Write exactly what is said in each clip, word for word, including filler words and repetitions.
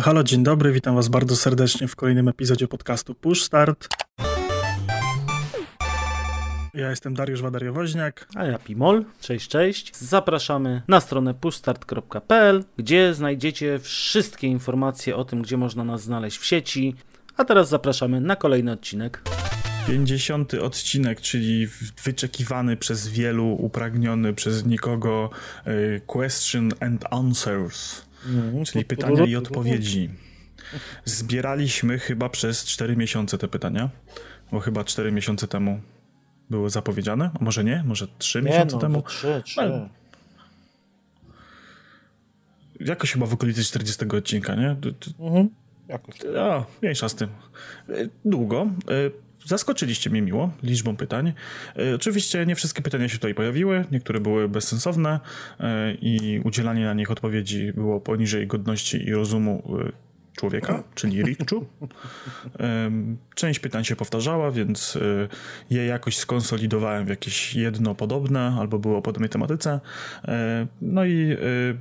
Halo, halo, dzień dobry, witam was bardzo serdecznie w kolejnym epizodzie podcastu Push Start. Ja jestem Dariusz Wadariowoźniak. A ja Pimol. Cześć, cześć. Zapraszamy na stronę pushstart kropka p l, gdzie znajdziecie wszystkie informacje o tym, gdzie można nas znaleźć w sieci. A teraz zapraszamy na kolejny odcinek. pięćdziesiąty odcinek, czyli wyczekiwany przez wielu, upragniony przez nikogo y, question and answers, mm, czyli pytania i odpowiedzi. Zbieraliśmy chyba przez cztery miesiące te pytania, bo chyba cztery miesiące temu były zapowiedziane, a może nie? Może trzy miesiące no, temu? trzy, trzy. Jakoś chyba w okolicy czterdziestego odcinka, nie? Mhm. Jakoś. A, mniejsza z tym. Długo. Zaskoczyliście mnie miło liczbą pytań. Oczywiście nie wszystkie pytania się tutaj pojawiły, niektóre były bezsensowne i udzielanie na nich odpowiedzi było poniżej godności i rozumu człowieka, czyli Richu. Część pytań się powtarzała, więc je jakoś skonsolidowałem w jakieś jedno podobne, albo było o podobnej tematyce. No i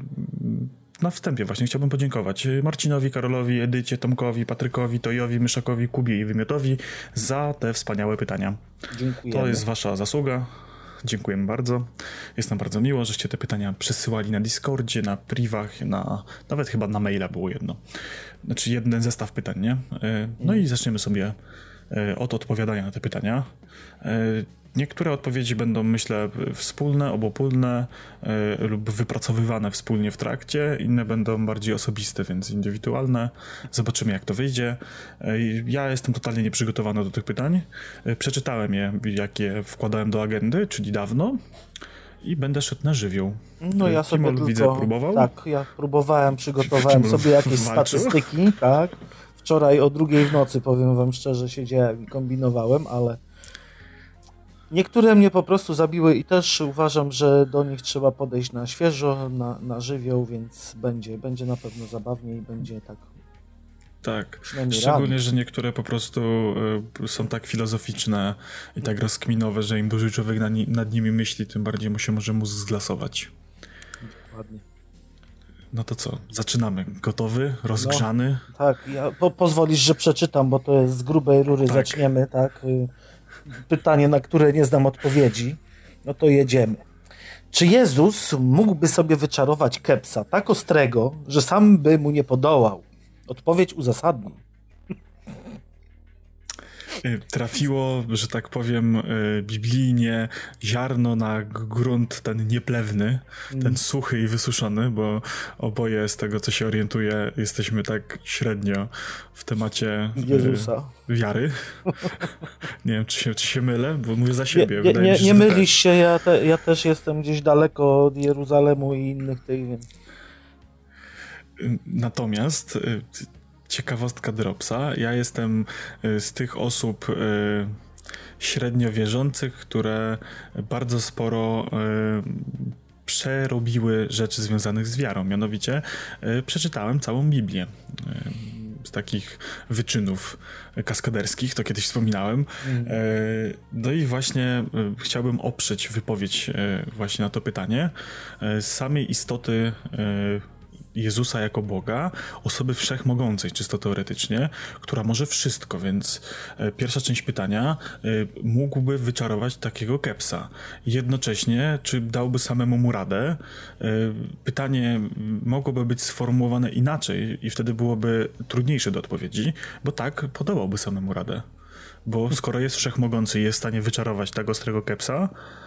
na wstępie właśnie chciałbym podziękować Marcinowi, Karolowi, Edycie, Tomkowi, Patrykowi, Tojowi, Myszakowi, Kubie i Wymiotowi za te wspaniałe pytania. Dziękujemy. To jest wasza zasługa. Dziękujemy bardzo. Jest nam bardzo miło, żeście te pytania przesyłali na Discordzie, na privach, na, nawet chyba na maila było jedno. Znaczy jeden zestaw pytań, nie? No i zaczniemy sobie od odpowiadania na te pytania. Niektóre odpowiedzi będą, myślę, wspólne, obopólne yy, lub wypracowywane wspólnie w trakcie, inne będą bardziej osobiste, więc indywidualne. Zobaczymy, jak to wyjdzie. Yy, ja jestem totalnie nieprzygotowany do tych pytań. Yy, przeczytałem je, jak je wkładałem do agendy, czyli dawno, i będę szedł na żywioł. No ja sobie Kimol, tylko, widzę, próbował? Tak, ja próbowałem, przygotowałem sobie jakieś walczył? statystyki, tak. Wczoraj o drugiej w nocy, powiem wam szczerze, siedziałem i kombinowałem, ale niektóre mnie po prostu zabiły i też uważam, że do nich trzeba podejść na świeżo, na, na żywioł, więc będzie, będzie na pewno zabawnie i będzie tak. Tak, szczególnie, rady. że niektóre po prostu y, są tak filozoficzne i tak rozkminowe, że im dłużej człowiek na ni- nad nimi myśli, tym bardziej mu się może mózg zglasować. Dokładnie. No to co, zaczynamy. Gotowy? Rozgrzany? No, tak, ja, po, pozwolisz, że przeczytam, bo to jest z grubej rury, tak. Zaczniemy, tak. Y, pytanie, na które nie znam odpowiedzi, no to jedziemy. Czy Jezus mógłby sobie wyczarować kepsa tak ostrego, że sam by mu nie podołał? Odpowiedź uzasadni. Trafiło, że tak powiem, biblijnie ziarno na grunt ten nieplewny, mm. ten suchy i wysuszony, bo oboje z tego, co się orientuję, jesteśmy tak średnio w temacie Jezusa. wiary. Nie wiem, czy się, czy się mylę, bo mówię za siebie. Nie, Wydaje nie, mi się, nie że mylisz tak. się, ja, te, ja też jestem gdzieś daleko od Jeruzalemu i innych tych, więc... Natomiast ciekawostka Dropsa, ja jestem z tych osób średnio wierzących, które bardzo sporo przerobiły rzeczy związanych z wiarą. Mianowicie przeczytałem całą Biblię. Z takich wyczynów kaskaderskich, to kiedyś wspominałem. Mm. No i właśnie chciałbym oprzeć wypowiedź właśnie na to pytanie. Z samej istoty Jezusa jako Boga, osoby wszechmogącej, czysto teoretycznie, która może wszystko, więc pierwsza część pytania, mógłby wyczarować takiego kepsa. Jednocześnie, czy dałby samemu mu radę? Pytanie mogłoby być sformułowane inaczej i wtedy byłoby trudniejsze do odpowiedzi, bo tak, podołałby samemu radę. Bo skoro jest wszechmogący i jest w stanie wyczarować tak ostrego kepsa,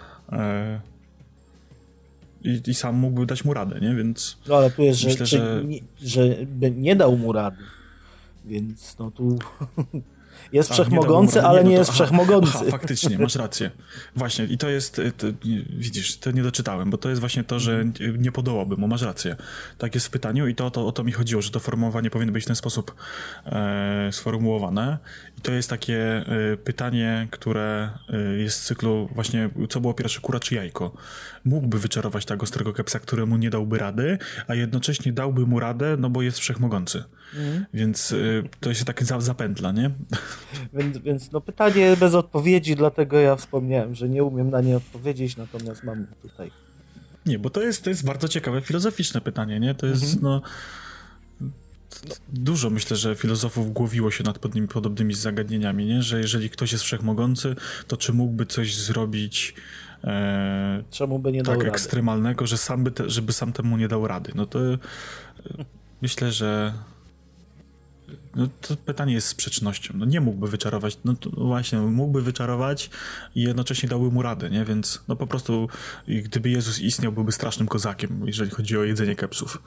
I, i sam mógłby dać mu radę, nie? Więc no ale tu jest, że, myślę, że... Nie, że by nie dał mu rady, więc no tu jest A, wszechmogący, nie ale nie, nie jest to, wszechmogący. Aha, faktycznie, masz rację. Właśnie i to jest, to, widzisz, to nie doczytałem, bo to jest właśnie to, że nie podołałby mu, masz rację. Tak jest w pytaniu i to, to o to mi chodziło, że to formułowanie powinno być w ten sposób e, sformułowane. I to jest takie e, pytanie, które e, jest z cyklu właśnie, co było pierwsze, kura czy jajko? Mógłby wyczarować tak ostrego kepsa, któremu nie dałby rady, a jednocześnie dałby mu radę, no bo jest wszechmogący. Mm. Więc y, to się tak zapętla, nie? Więc, więc no pytanie bez odpowiedzi, dlatego ja wspomniałem, że nie umiem na nie odpowiedzieć, natomiast mam tutaj. Nie, bo to jest, to jest bardzo ciekawe, filozoficzne pytanie, nie? To jest, mm-hmm. no... dużo myślę, że filozofów głowiło się nad podobnymi, podobnymi zagadnieniami, nie? Że jeżeli ktoś jest wszechmogący, to czy mógłby coś zrobić e, czemu by nie dał tak rady? ekstremalnego, że sam by te, żeby sam temu nie dał rady. No to e, myślę, że no to pytanie jest sprzecznością. No nie mógłby wyczarować, no to właśnie, mógłby wyczarować i jednocześnie dałby mu radę, nie? Więc no po prostu gdyby Jezus istniał, byłby strasznym kozakiem, jeżeli chodzi o jedzenie kepsów.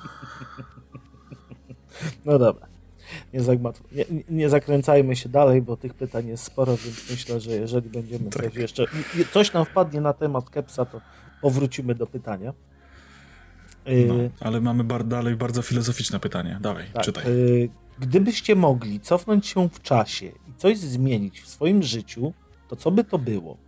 No dobra. Nie, zagmat... nie, nie zakręcajmy się dalej, bo tych pytań jest sporo, więc myślę, że jeżeli będziemy tak. coś jeszcze... coś nam wpadnie na temat kepsa, to powrócimy do pytania. No, ale mamy bar- dalej bardzo filozoficzne pytanie. Dawaj, tak, czytaj. Y- gdybyście mogli cofnąć się w czasie i coś zmienić w swoim życiu, to co by to było?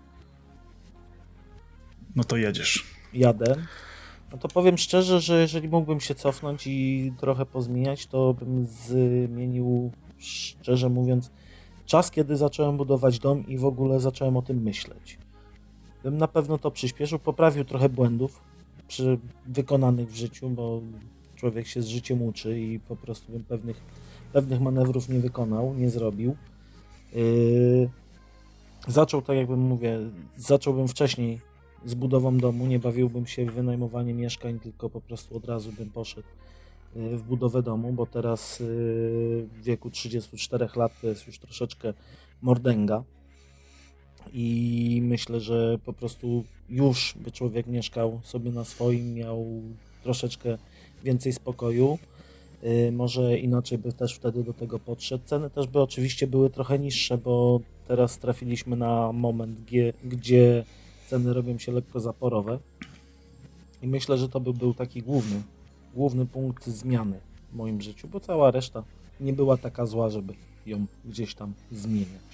No to jedziesz. Jadę. No to powiem szczerze, że jeżeli mógłbym się cofnąć i trochę pozmieniać, to bym zmienił, szczerze mówiąc, czas, kiedy zacząłem budować dom i w ogóle zacząłem o tym myśleć. Bym na pewno to przyspieszył, poprawił trochę błędów przy wykonanych w życiu, bo człowiek się z życiem uczy i po prostu bym pewnych, pewnych manewrów nie wykonał, nie zrobił. Yy... Zaczął, tak jakbym mówię, zacząłbym wcześniej z budową domu, nie bawiłbym się w wynajmowanie mieszkań, tylko po prostu od razu bym poszedł w budowę domu, bo teraz w wieku trzydziestu czterech lat to jest już troszeczkę mordęga i myślę, że po prostu już by człowiek mieszkał sobie na swoim, miał troszeczkę więcej spokoju, może inaczej by też wtedy do tego podszedł. Ceny też by oczywiście były trochę niższe, bo teraz trafiliśmy na moment, gdzie, gdzie ceny robią się lekko zaporowe i myślę, że to by był taki główny, główny punkt zmiany w moim życiu, bo cała reszta nie była taka zła, żeby ją gdzieś tam zmieniać.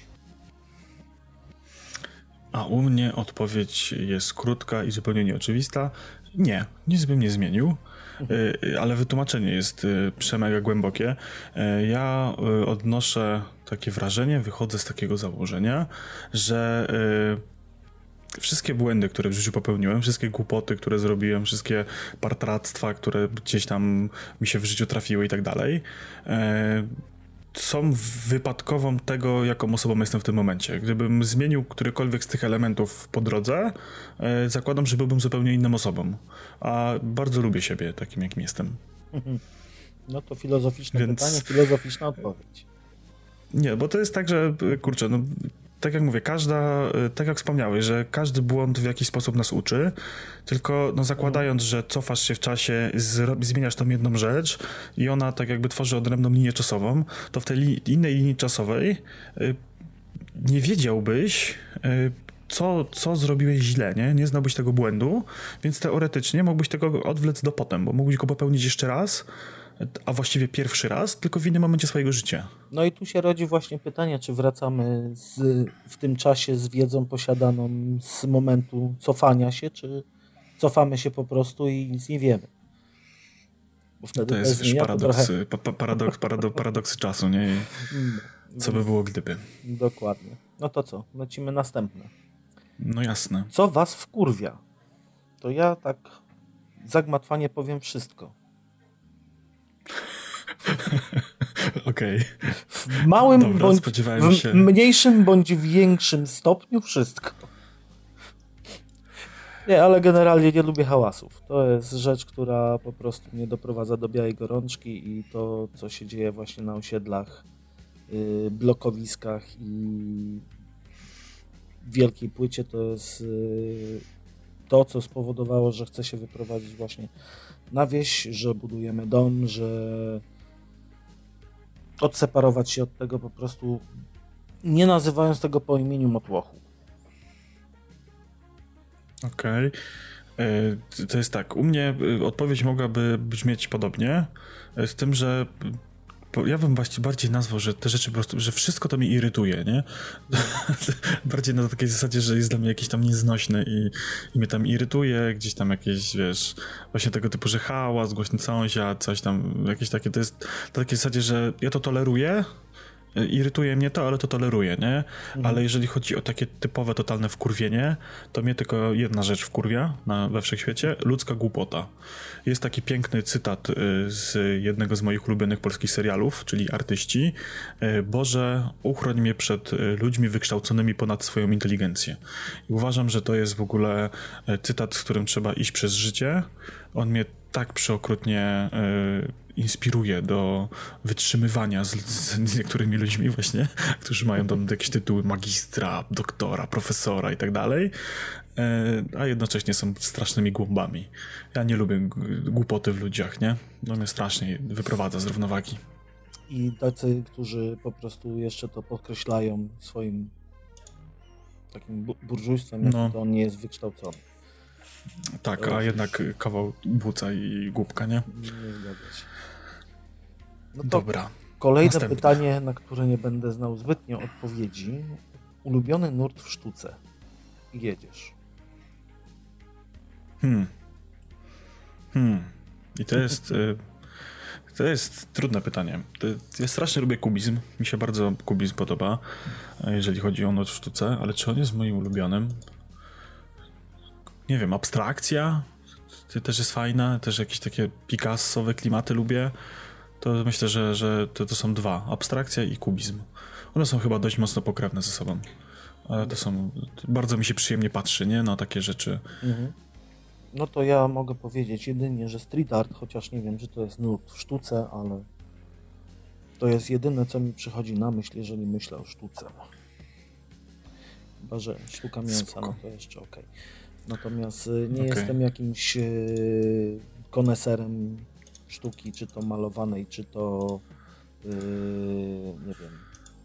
A u mnie odpowiedź jest krótka i zupełnie nieoczywista. Nie, nic bym nie zmienił, mhm. ale wytłumaczenie jest przemega głębokie. Ja odnoszę takie wrażenie, wychodzę z takiego założenia, że wszystkie błędy, które w życiu popełniłem, wszystkie głupoty, które zrobiłem, wszystkie partractwa, które gdzieś tam mi się w życiu trafiły i tak dalej, są wypadkową tego, jaką osobą jestem w tym momencie. Gdybym zmienił którykolwiek z tych elementów po drodze, zakładam, że byłbym zupełnie inną osobą. A bardzo lubię siebie takim, jakim jestem. No to filozoficzne Więc... pytanie, filozoficzna odpowiedź. Nie, bo to jest tak, że kurczę, no tak jak mówię, każda, tak jak wspomniałeś, że każdy błąd w jakiś sposób nas uczy, tylko no zakładając, że cofasz się w czasie, z, zmieniasz tą jedną rzecz i ona tak jakby tworzy odrębną linię czasową, to w tej li, innej linii czasowej y, nie wiedziałbyś, y, co, co zrobiłeś źle, nie? Nie znałbyś tego błędu, więc teoretycznie mógłbyś tego odwlec do potem, bo mógłbyś go popełnić jeszcze raz, a właściwie pierwszy raz, tylko w innym momencie swojego życia. No i tu się rodzi właśnie pytanie, czy wracamy z, w tym czasie z wiedzą posiadaną z momentu cofania się, czy cofamy się po prostu i nic nie wiemy. Bo wtedy to jest zmienia, paradoks, trochę... pa, paradoks, paradoks, paradoksy czasu, nie? I co by było gdyby. Dokładnie. No to co? Lecimy następne. No jasne. Co was wkurwia? To ja tak zagmatwanie powiem wszystko. Okej. Okay. W małym Dobra, bądź spodziewałem w się. mniejszym bądź większym stopniu wszystko. Nie, ale generalnie nie lubię hałasów. To jest rzecz, która po prostu mnie doprowadza do białej gorączki i to, co się dzieje właśnie na osiedlach, yy, blokowiskach i Wielkiej Płycie, to jest yy, to, co spowodowało, że chcę się wyprowadzić właśnie na wieś, że budujemy dom, że odseparować się od tego po prostu, nie nazywając tego po imieniu motłochu. Okej. Okay. To jest tak, u mnie odpowiedź mogłaby brzmieć podobnie, z tym, że ja bym właśnie bardziej nazwał, że te rzeczy po prostu, że wszystko to mi irytuje, nie? Bardziej na takiej zasadzie, że jest dla mnie jakiś tam nieznośny i, i mnie tam irytuje, gdzieś tam jakieś, wiesz, właśnie tego typu, że hałas, głośny sąsiad, coś tam, jakieś takie, to jest na takiej zasadzie, że ja to toleruję irytuje mnie to, ale to toleruję, nie? Mhm. Ale jeżeli chodzi o takie typowe, totalne wkurwienie, to mnie tylko jedna rzecz wkurwia na, we wszechświecie, ludzka głupota. Jest taki piękny cytat z jednego z moich ulubionych polskich serialów, czyli Artyści. Boże, uchroń mnie przed ludźmi wykształconymi ponad swoją inteligencję. I uważam, że to jest w ogóle cytat, z którym trzeba iść przez życie. On mnie tak przeokrutnie y, inspiruje do wytrzymywania z, z, z niektórymi ludźmi właśnie, którzy mają tam jakieś tytuły magistra, doktora, profesora i tak dalej, y, a jednocześnie są strasznymi głąbami. Ja nie lubię g- głupoty w ludziach, nie? No mnie strasznie wyprowadza z równowagi. I tacy, którzy po prostu jeszcze to podkreślają swoim takim bu- burżujstwem, no. To on nie jest wykształcony. Tak, a jednak kawał buca i głupka, nie? Nie zgadza się. No to Dobra. Kolejne Następne. pytanie, na które nie będę znał zbytnio odpowiedzi. Ulubiony nurt w sztuce. Jedziesz. Hmm. Hmm. I to jest... y- To jest trudne pytanie. Ja strasznie lubię kubizm. Mi się bardzo kubizm podoba, jeżeli chodzi o nurt w sztuce, ale czy on jest moim ulubionym? Nie wiem, abstrakcja też jest fajna, też jakieś takie Picassowe klimaty lubię. To myślę, że, że to, to są dwa. Abstrakcja i kubizm. One są chyba dość mocno pokrewne ze sobą. Ale to są... Bardzo mi się przyjemnie patrzy, nie? Na takie rzeczy. Mhm. No to ja mogę powiedzieć jedynie, że street art, chociaż nie wiem, czy to jest nurt w sztuce, ale to jest jedyne, co mi przychodzi na myśl, jeżeli myślę o sztuce. Chyba, że sztuka mięsa, Spoko. No to jeszcze okej. Okay. Natomiast nie okay. jestem jakimś yy, koneserem sztuki, czy to malowanej, czy to yy, nie wiem.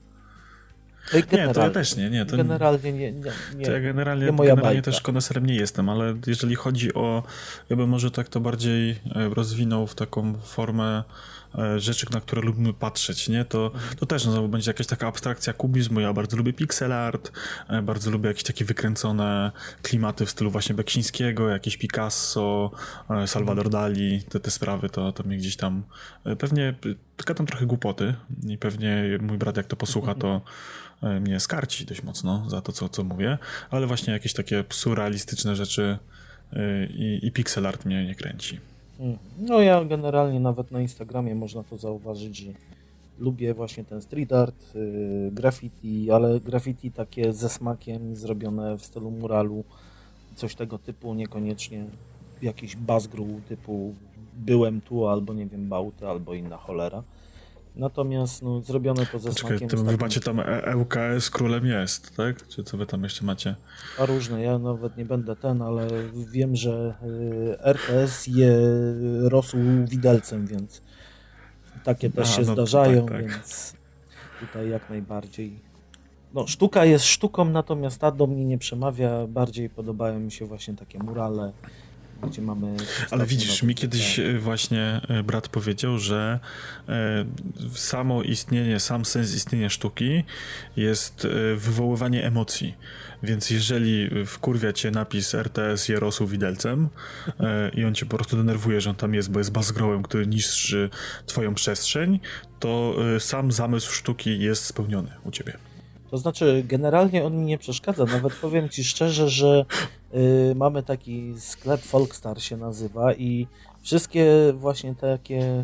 Nie, to ja też nie. nie to generalnie nie, nie, nie, to ja generalnie, nie moja generalnie bajka. też koneserem nie jestem, ale jeżeli chodzi o... Ja bym może tak to bardziej rozwinął w taką formę rzeczy, na które lubimy patrzeć, nie? To, to też no, będzie jakaś taka abstrakcja kubizmu. Ja bardzo lubię pixel art, bardzo lubię jakieś takie wykręcone klimaty w stylu właśnie Beksińskiego, jakieś Picasso, Salvador Dali, te, te sprawy, to, to mnie gdzieś tam... Pewnie gadam trochę głupoty i pewnie mój brat jak to posłucha, to mnie skarci dość mocno za to, co, co mówię, ale właśnie jakieś takie surrealistyczne rzeczy i, i pixel art mnie nie kręci. No ja generalnie nawet na Instagramie można to zauważyć, że lubię właśnie ten street art, yy, graffiti, ale graffiti takie ze smakiem, zrobione w stylu muralu, coś tego typu, niekoniecznie jakiś bazgru typu byłem tu, albo nie wiem, bałty, albo inna cholera. Natomiast no, zrobione to ze Czekaj, smakiem. To wy macie tam E U K S królem jest, tak? Czy co wy tam jeszcze macie? A różne, ja nawet nie będę ten, ale wiem, że R T S je rosół widelcem, więc takie też A, się no, zdarzają, tak, tak. Więc tutaj jak najbardziej. No, sztuka jest sztuką, natomiast ta do mnie nie przemawia. Bardziej podobają mi się właśnie takie murale, gdzie mamy... Ale widzisz, mi kiedyś właśnie brat powiedział, że samo istnienie, sam sens istnienia sztuki jest wywoływanie emocji. Więc jeżeli wkurwia cię napis R T S je rosół widelcem i on cię po prostu denerwuje, że on tam jest, bo jest bazgrołem, który niszczy twoją przestrzeń, to sam zamysł sztuki jest spełniony u ciebie. To znaczy, generalnie on mi nie przeszkadza. Nawet powiem ci szczerze, że y, mamy taki sklep Folkstar się nazywa i wszystkie właśnie takie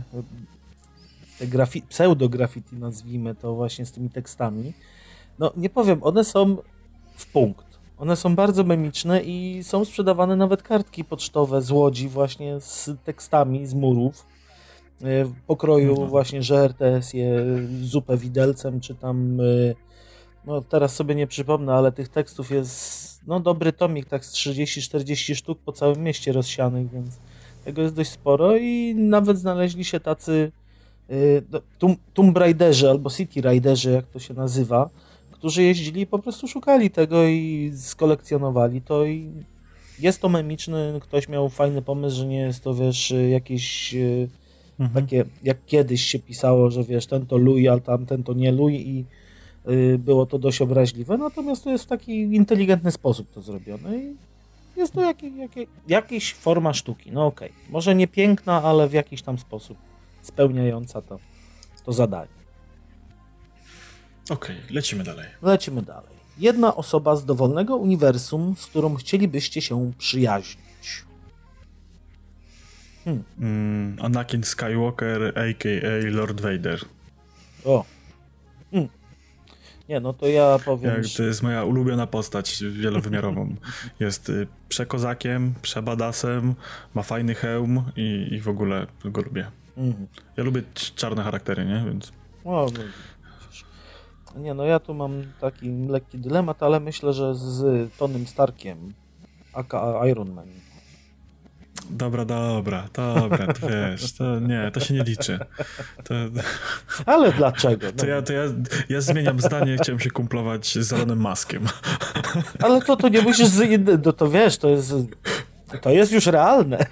te grafi- pseudo-graffiti, nazwijmy to właśnie z tymi tekstami, no nie powiem, one są w punkt. One są bardzo memiczne i są sprzedawane nawet kartki pocztowe z Łodzi właśnie z tekstami z murów y, w pokroju no. właśnie, że R T S je zupę widelcem, czy tam... Y, No teraz sobie nie przypomnę, ale tych tekstów jest no dobry tomik, tak z trzydzieści czterdzieści sztuk po całym mieście rozsianych, więc tego jest dość sporo i nawet znaleźli się tacy y, tum, Tomb Raiderzy albo City Riderzy, jak to się nazywa, którzy jeździli i po prostu szukali tego i skolekcjonowali to i jest to memiczny, ktoś miał fajny pomysł, że nie jest to, wiesz, jakieś y, mhm. takie, jak kiedyś się pisało, że wiesz, ten to luj, a tamten to nie luj i było to dość obraźliwe, natomiast to jest w taki inteligentny sposób to zrobione i jest to jakiej, jakiej, jakaś forma sztuki, no okej, okay. Może nie piękna, ale w jakiś tam sposób spełniająca to, to zadanie. Okej, okay, lecimy dalej. Lecimy dalej. Jedna osoba z dowolnego uniwersum, z którą chcielibyście się przyjaźnić. Hmm. Mm, Anakin Skywalker, a k a. Lord Vader. O. Hmm. Nie, no to ja powiem... Jak to jest moja ulubiona postać wielowymiarową. Jest przekozakiem, przebadasem, ma fajny hełm i, i w ogóle go lubię. Mm. Ja lubię czarne charaktery, nie? Więc... O, no. Nie, no ja tu mam taki lekki dylemat, ale myślę, że z Tonym Starkiem, aka Iron Man. Dobra, dobra, dobra, to wiesz, to nie, to się nie liczy. To... Ale dlaczego? No. To, ja, to ja, ja zmieniam zdanie, chciałem się kumplować z Elonem Muskiem. Ale to, to nie musisz, z... to, to wiesz, to jest, to jest już realne.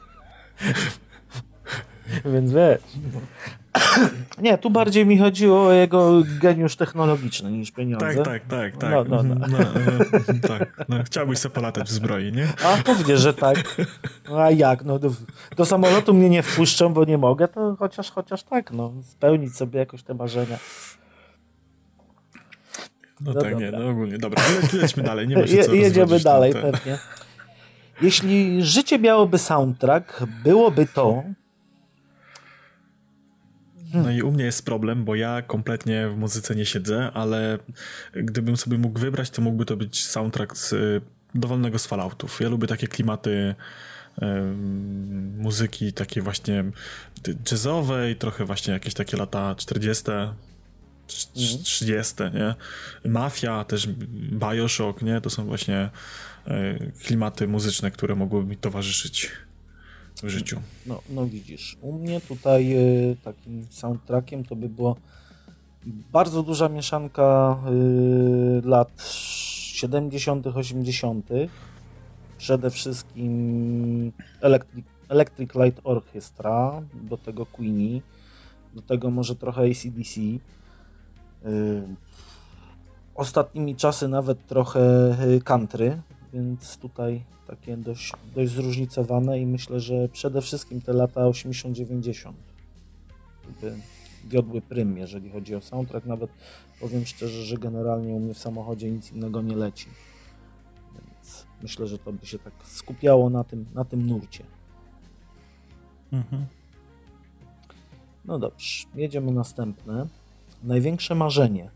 Więc wiesz. Nie, tu bardziej mi chodziło o jego geniusz technologiczny niż pieniądze. Tak, tak, tak, tak. No, no, no. no, no tak. No, chciałbyś sobie polatać w zbroi, nie? A pewnie, że tak. No, a jak? No, do, do samolotu mnie nie wpuszczą, bo nie mogę, to chociaż, chociaż tak, no, spełnić sobie jakoś te marzenia. No, no tak, dobra. nie, no ogólnie. Dobra, ale lećmy dalej. Nie ma się co Je, jedziemy dalej, ten. pewnie. Jeśli życie miałoby soundtrack, byłoby to... No i u mnie jest problem, bo ja kompletnie w muzyce nie siedzę, ale gdybym sobie mógł wybrać, to mógłby to być soundtrack z dowolnego z Falloutów. Ja lubię takie klimaty um, muzyki takiej właśnie jazzowej, trochę właśnie jakieś takie lata czterdzieste, trzydzieste, nie? Mafia, też Bioshock, nie? To są właśnie y, klimaty muzyczne, które mogłyby mi towarzyszyć w życiu. No, no widzisz, u mnie tutaj y, takim soundtrackiem to by było bardzo duża mieszanka y, lat siedemdziesiątych, osiemdziesiątych. Przede wszystkim Electric, Electric Light Orchestra, do tego Queenie, do tego może trochę A C D C. Y, ostatnimi czasy nawet trochę country, więc tutaj takie dość, dość zróżnicowane i myślę, że przede wszystkim te lata osiemdziesiąte dziewięćdziesiąte by wiodły prym, jeżeli chodzi o soundtrack. Nawet powiem szczerze, że generalnie u mnie w samochodzie nic innego nie leci. Więc myślę, że to by się tak skupiało na tym, na tym nurcie. Mhm. No dobrze, jedziemy następne. Największe marzenie.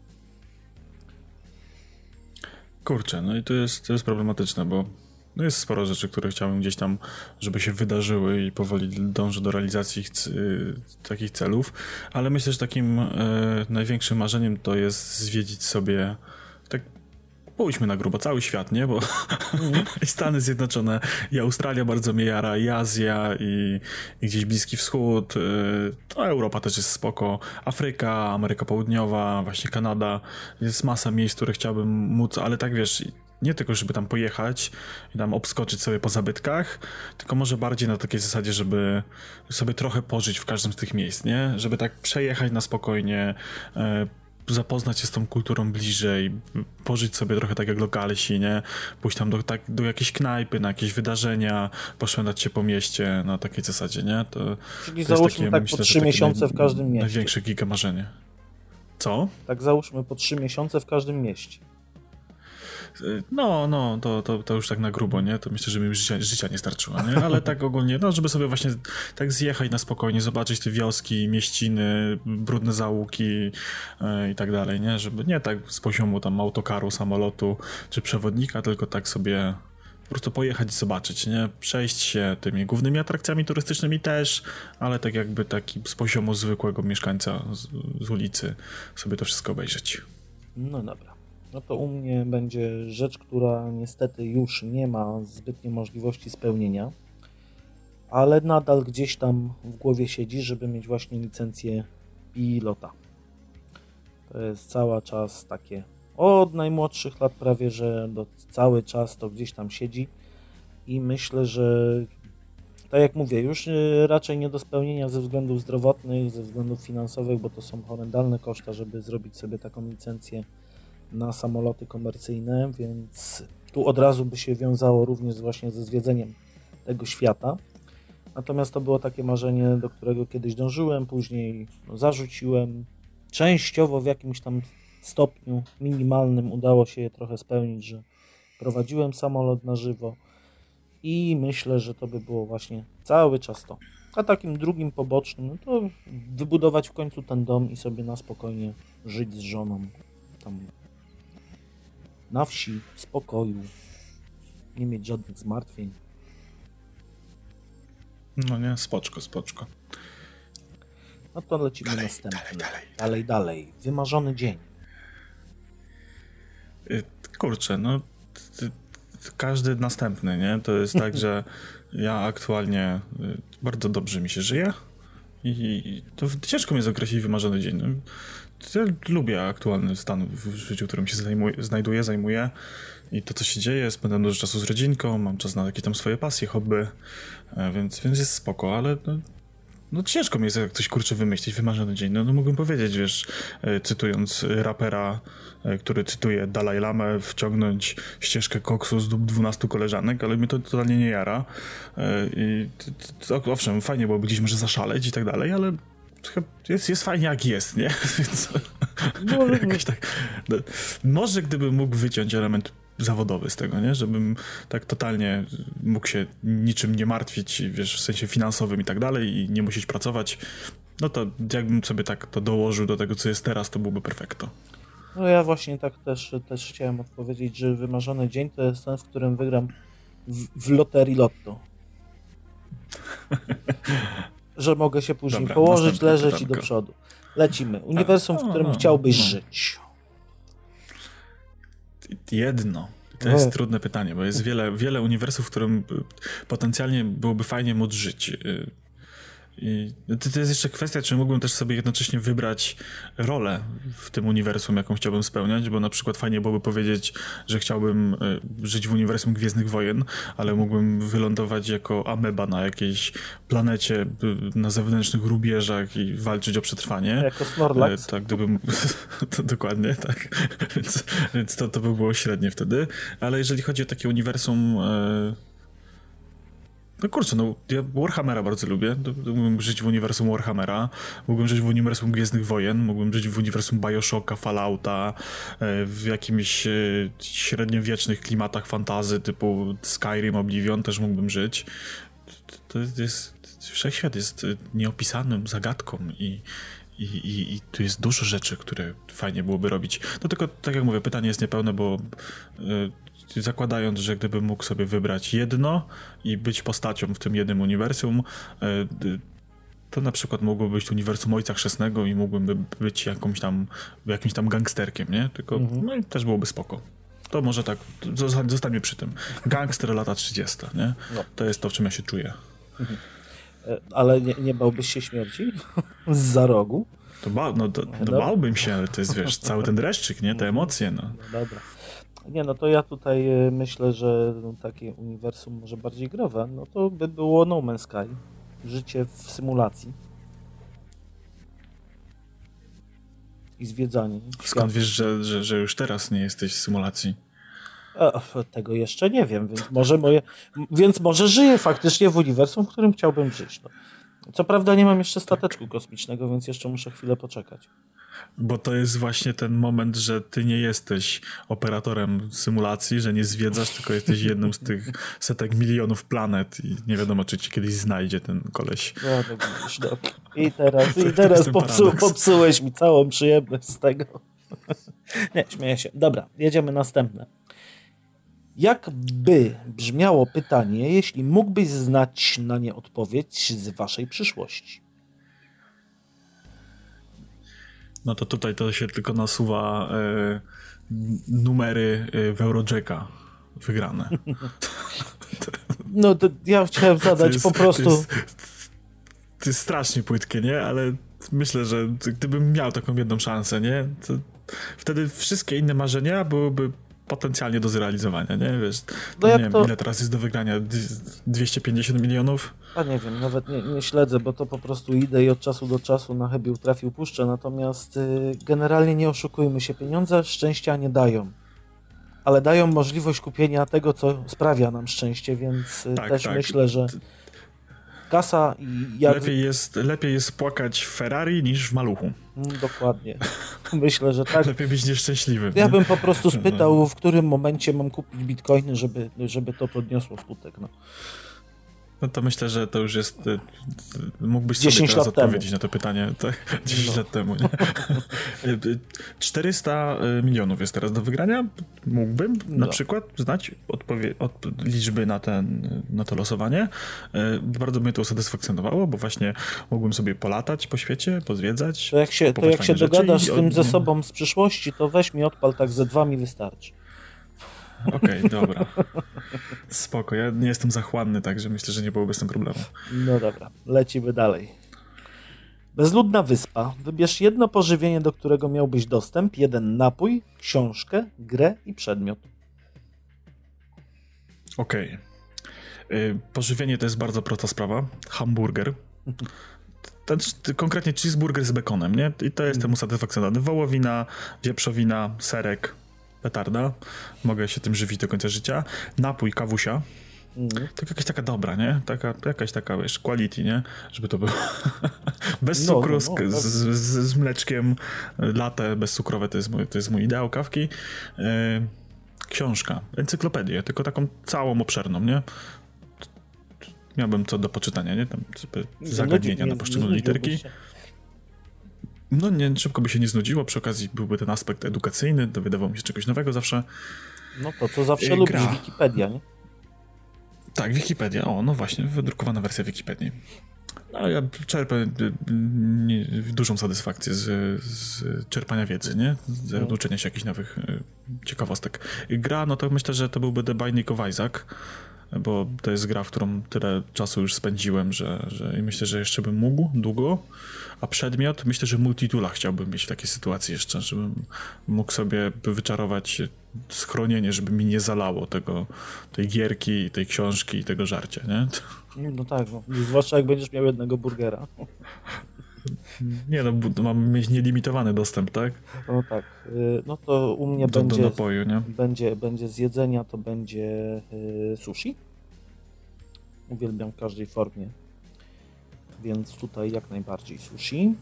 Kurczę, no i to jest, to jest problematyczne, bo no jest sporo rzeczy, które chciałbym gdzieś tam, żeby się wydarzyły i powoli dążę do realizacji ich, y, takich celów, ale myślę, że takim y, największym marzeniem to jest zwiedzić sobie, tak pójdźmy na grubo, cały świat, nie? Bo mm. i Stany Zjednoczone, i Australia bardzo mnie jara, i Azja, i, i gdzieś Bliski Wschód, y, to Europa też jest spoko, Afryka, Ameryka Południowa, właśnie Kanada, jest masa miejsc, które chciałbym móc, ale tak wiesz, nie tylko, żeby tam pojechać i tam obskoczyć sobie po zabytkach, tylko może bardziej na takiej zasadzie, żeby sobie trochę pożyć w każdym z tych miejsc, nie? Żeby tak przejechać na spokojnie, e, zapoznać się z tą kulturą bliżej, pożyć sobie trochę tak jak lokalsi, nie? Pójść tam do, tak, do jakiejś knajpy, na jakieś wydarzenia, poszwędzać się po mieście na takiej zasadzie, nie? To, Czyli to załóżmy takie, tak myślę, po trzy miesiące naj, w każdym mieście. Największe giga marzenie. Co? Tak załóżmy po trzy miesiące w każdym mieście. No, no, to, to, to już tak na grubo, nie? To myślę, że mi już życia, życia nie starczyło, nie? Ale tak ogólnie, no, żeby sobie właśnie tak zjechać na spokojnie, zobaczyć te wioski, mieściny, brudne zaułki yy, i tak dalej, nie? Żeby nie tak z poziomu tam autokaru, samolotu czy przewodnika, tylko tak sobie po prostu pojechać i zobaczyć, nie? Przejść się tymi głównymi atrakcjami turystycznymi też, ale tak jakby taki z poziomu zwykłego mieszkańca z, z ulicy sobie to wszystko obejrzeć. No dobra. No to u mnie będzie rzecz, która niestety już nie ma zbytnio możliwości spełnienia, ale nadal gdzieś tam w głowie siedzi, żeby mieć właśnie licencję pilota. To jest cały czas takie od najmłodszych lat prawie, że do cały czas to gdzieś tam siedzi i myślę, że tak jak mówię, już raczej nie do spełnienia ze względów zdrowotnych, ze względów finansowych, bo to są horrendalne koszta, żeby zrobić sobie taką licencję na samoloty komercyjne, więc tu od razu by się wiązało również właśnie ze zwiedzeniem tego świata. Natomiast to było takie marzenie, do którego kiedyś dążyłem, później no, zarzuciłem, częściowo w jakimś tam stopniu minimalnym udało się je trochę spełnić, że prowadziłem samolot na żywo i myślę, że to by było właśnie cały czas to. A takim drugim pobocznym, no to wybudować w końcu ten dom i sobie na spokojnie żyć z żoną tam na wsi, w spokoju, nie mieć żadnych zmartwień. No nie, spoczko, spoczko. No to lecimy dalej, następny. Dalej, dalej, dalej, dalej. Wymarzony dzień. Kurczę, no t, t, każdy następny, nie? To jest tak, że ja aktualnie bardzo dobrze mi się żyje i, i to ciężko mi jest określić wymarzony dzień. No, ja lubię aktualny stan w życiu, w którym się zajmuję, znajduję, zajmuję i to, co się dzieje, spędzam dużo czasu z rodzinką, mam czas na jakieś tam swoje pasje, hobby, więc, więc jest spoko, ale no, no ciężko mi jest jak coś, kurczę, wymyślić, wymarzony dzień. No, no mógłbym powiedzieć, wiesz, cytując rapera, który cytuje Dalaj Lamę, wciągnąć ścieżkę koksu z dwunastu koleżanek, ale mnie to totalnie nie jara. I to, to, owszem, fajnie byłoby gdzieś może zaszaleć i tak dalej, ale jest, jest fajnie jak jest, nie? Więc no, jakoś tak. No, może gdybym mógł wyciąć element zawodowy z tego, nie? Żebym tak totalnie mógł się niczym nie martwić, wiesz, w sensie finansowym i tak dalej i nie musieć pracować, no to jakbym sobie tak to dołożył do tego, co jest teraz, to byłby perfekto. No ja właśnie tak też, też chciałem odpowiedzieć, że wymarzony dzień to jest ten, w którym wygram w, w loterii lotto. Że mogę się później Dobra, położyć, leżeć pytanko. I do przodu. Lecimy. Uniwersum, w którym no, chciałbyś no. żyć. Jedno. To jest no. trudne pytanie, bo jest wiele, wiele uniwersów, w którym potencjalnie byłoby fajnie móc żyć. I to, to jest jeszcze kwestia, czy mógłbym też sobie jednocześnie wybrać rolę w tym uniwersum, jaką chciałbym spełniać, bo na przykład fajnie byłoby powiedzieć, że chciałbym żyć w uniwersum Gwiezdnych Wojen, ale mógłbym wylądować jako ameba na jakiejś planecie na zewnętrznych rubieżach i walczyć o przetrwanie. Jako Snorlax. Tak, gdybym... to, dokładnie, tak. Więc, więc to, to by było średnie wtedy. Ale jeżeli chodzi o takie uniwersum... No kurczę, no ja Warhammera bardzo lubię, mógłbym żyć w uniwersum Warhammera, mógłbym żyć w uniwersum Gwiezdnych Wojen, mógłbym żyć w uniwersum Bioshocka, Fallouta, w jakimś średniowiecznych klimatach fantasy typu Skyrim, Oblivion też mógłbym żyć. To jest, wszechświat jest nieopisaną zagadką i, i, i, i tu jest dużo rzeczy, które fajnie byłoby robić. No tylko, tak jak mówię, pytanie jest niepełne, bo zakładając, że gdybym mógł sobie wybrać jedno i być postacią w tym jednym uniwersum, to na przykład mogłoby być uniwersum Ojca Chrzestnego i mógłbym być jakąś tam, jakimś tam gangsterkiem, nie? Tylko mhm. no i też byłoby spoko. To może tak, zostańmy przy tym. Gangster lata trzydzieste, nie? No. To jest to, w czym ja się czuję. Mhm. Ale nie, nie bałbyś się śmierci? Zza rogu? To, ba, no, to, to bałbym się, ale to jest, wiesz, cały ten dreszczyk, nie? Te emocje, no. No dobra. Nie, no to ja tutaj myślę, że takie uniwersum może bardziej growe, no to by było No Man's Sky. Życie w symulacji. I zwiedzanie. Skąd świata. Wiesz, że, że, że już teraz nie jesteś w symulacji? A, tego jeszcze nie wiem, więc może moje, więc może żyję faktycznie w uniwersum, w którym chciałbym żyć. No. Co prawda nie mam jeszcze stateczku kosmicznego, więc jeszcze muszę chwilę poczekać. Bo to jest właśnie ten moment, że ty nie jesteś operatorem symulacji, że nie zwiedzasz, tylko jesteś jedną z tych setek milionów planet i nie wiadomo, czy ci kiedyś znajdzie ten koleś. No, no, no. I teraz, i teraz popsu, popsułeś mi całą przyjemność z tego. Nie, śmieję się. Dobra, jedziemy następne. Jak by brzmiało pytanie, jeśli mógłbyś znać na nie odpowiedź z waszej przyszłości? No to tutaj to się tylko nasuwa e, numery w Eurojacka wygrane. No to ja chciałem zadać jest, po prostu... To jest, to jest strasznie płytkie, nie? Ale myślę, że gdybym miał taką jedną szansę, nie? To wtedy wszystkie inne marzenia byłyby potencjalnie do zrealizowania, nie? Wiesz, no nie wiem, to... ile teraz jest do wygrania? dwieście pięćdziesiąt milionów? A nie wiem, nawet nie, nie śledzę, bo to po prostu idę i od czasu do czasu na chybił trafił puszczę, natomiast y, generalnie nie oszukujmy się, pieniądze szczęścia nie dają, ale dają możliwość kupienia tego, co sprawia nam szczęście, więc y, tak, też tak. myślę, że kasa i jak... Lepiej jest, lepiej jest płakać w Ferrari niż w maluchu. Mm, dokładnie. Myślę, że tak. Lepiej być nieszczęśliwym. Ja nie? bym po prostu spytał, w którym momencie mam kupić bitcoiny, żeby, żeby to podniosło skutek. No. No to myślę, że to już jest... Mógłbyś sobie dziesięć teraz lat temu. odpowiedzieć na to pytanie. Tak? dziesięć No. lat temu. Nie? czterysta milionów jest teraz do wygrania. Mógłbym na No. przykład znać odpowie- od liczby na, ten, na to losowanie. Bardzo mnie to usatysfakcjonowało, bo właśnie mógłbym sobie polatać po świecie, pozwiedzać. To jak się, to kupować jak się fajne rzeczy dogadasz i z tym od- ze sobą z przyszłości, to weź mi odpal tak ze dwa mi wystarczy. Okej, okay, dobra. Spoko, ja nie jestem zachłanny, także myślę, że nie byłoby z tym problemu. No dobra, lecimy dalej. Bezludna wyspa. Wybierz jedno pożywienie, do którego miałbyś dostęp, jeden napój, książkę, grę i przedmiot. Okej. Okay. Pożywienie to jest bardzo prosta sprawa. Hamburger. Ten, konkretnie cheeseburger z bekonem, nie? I to jestem usatysfakcjonowany. Wołowina, wieprzowina, serek, petarda. Mogę się tym żywić do końca życia. Napój, kawusia. Mhm. To jakaś taka dobra, nie? Taka, jakaś taka, wiesz, quality, nie? Żeby to było bez No, cukru, no, no, z, z, z, z mleczkiem, latte bezcukrowe, to jest mój, to jest mój ideał kawki. Yy, książka, encyklopedię, tylko taką całą obszerną, nie? Miałbym co do poczytania, nie? Tam zagadnienia Nie- na nie poszczególne literki. znudziłbyś się? No nie, szybko by się nie znudziło, przy okazji byłby ten aspekt edukacyjny, dowiadywał mi się czegoś nowego zawsze. No to co zawsze Yy, lubisz, gra. Wikipedia, nie? Tak, Wikipedia, o no właśnie, wydrukowana wersja Wikipedii. No ja czerpię y, nie, dużą satysfakcję z, z czerpania wiedzy, nie? Z Mm. uczenia się jakichś nowych y, ciekawostek. Gra, no to myślę, że to byłby The Binding of Isaac, bo to jest gra, w którą tyle czasu już spędziłem, że, że i myślę, że jeszcze bym mógł długo. A przedmiot, myślę, że multitoola chciałbym mieć w takiej sytuacji jeszcze, żebym mógł sobie wyczarować schronienie, żeby mi nie zalało tego, tej gierki, tej książki i tego żarcia, nie? No tak, no. Zwłaszcza jak będziesz miał jednego burgera. Nie no, bu- mam mieć nielimitowany dostęp, tak? No tak, y, no to u mnie Do, do będzie, napoju, nie? będzie, będzie z jedzenia, to będzie y, sushi. Uwielbiam w każdej formie, więc tutaj jak najbardziej sushi.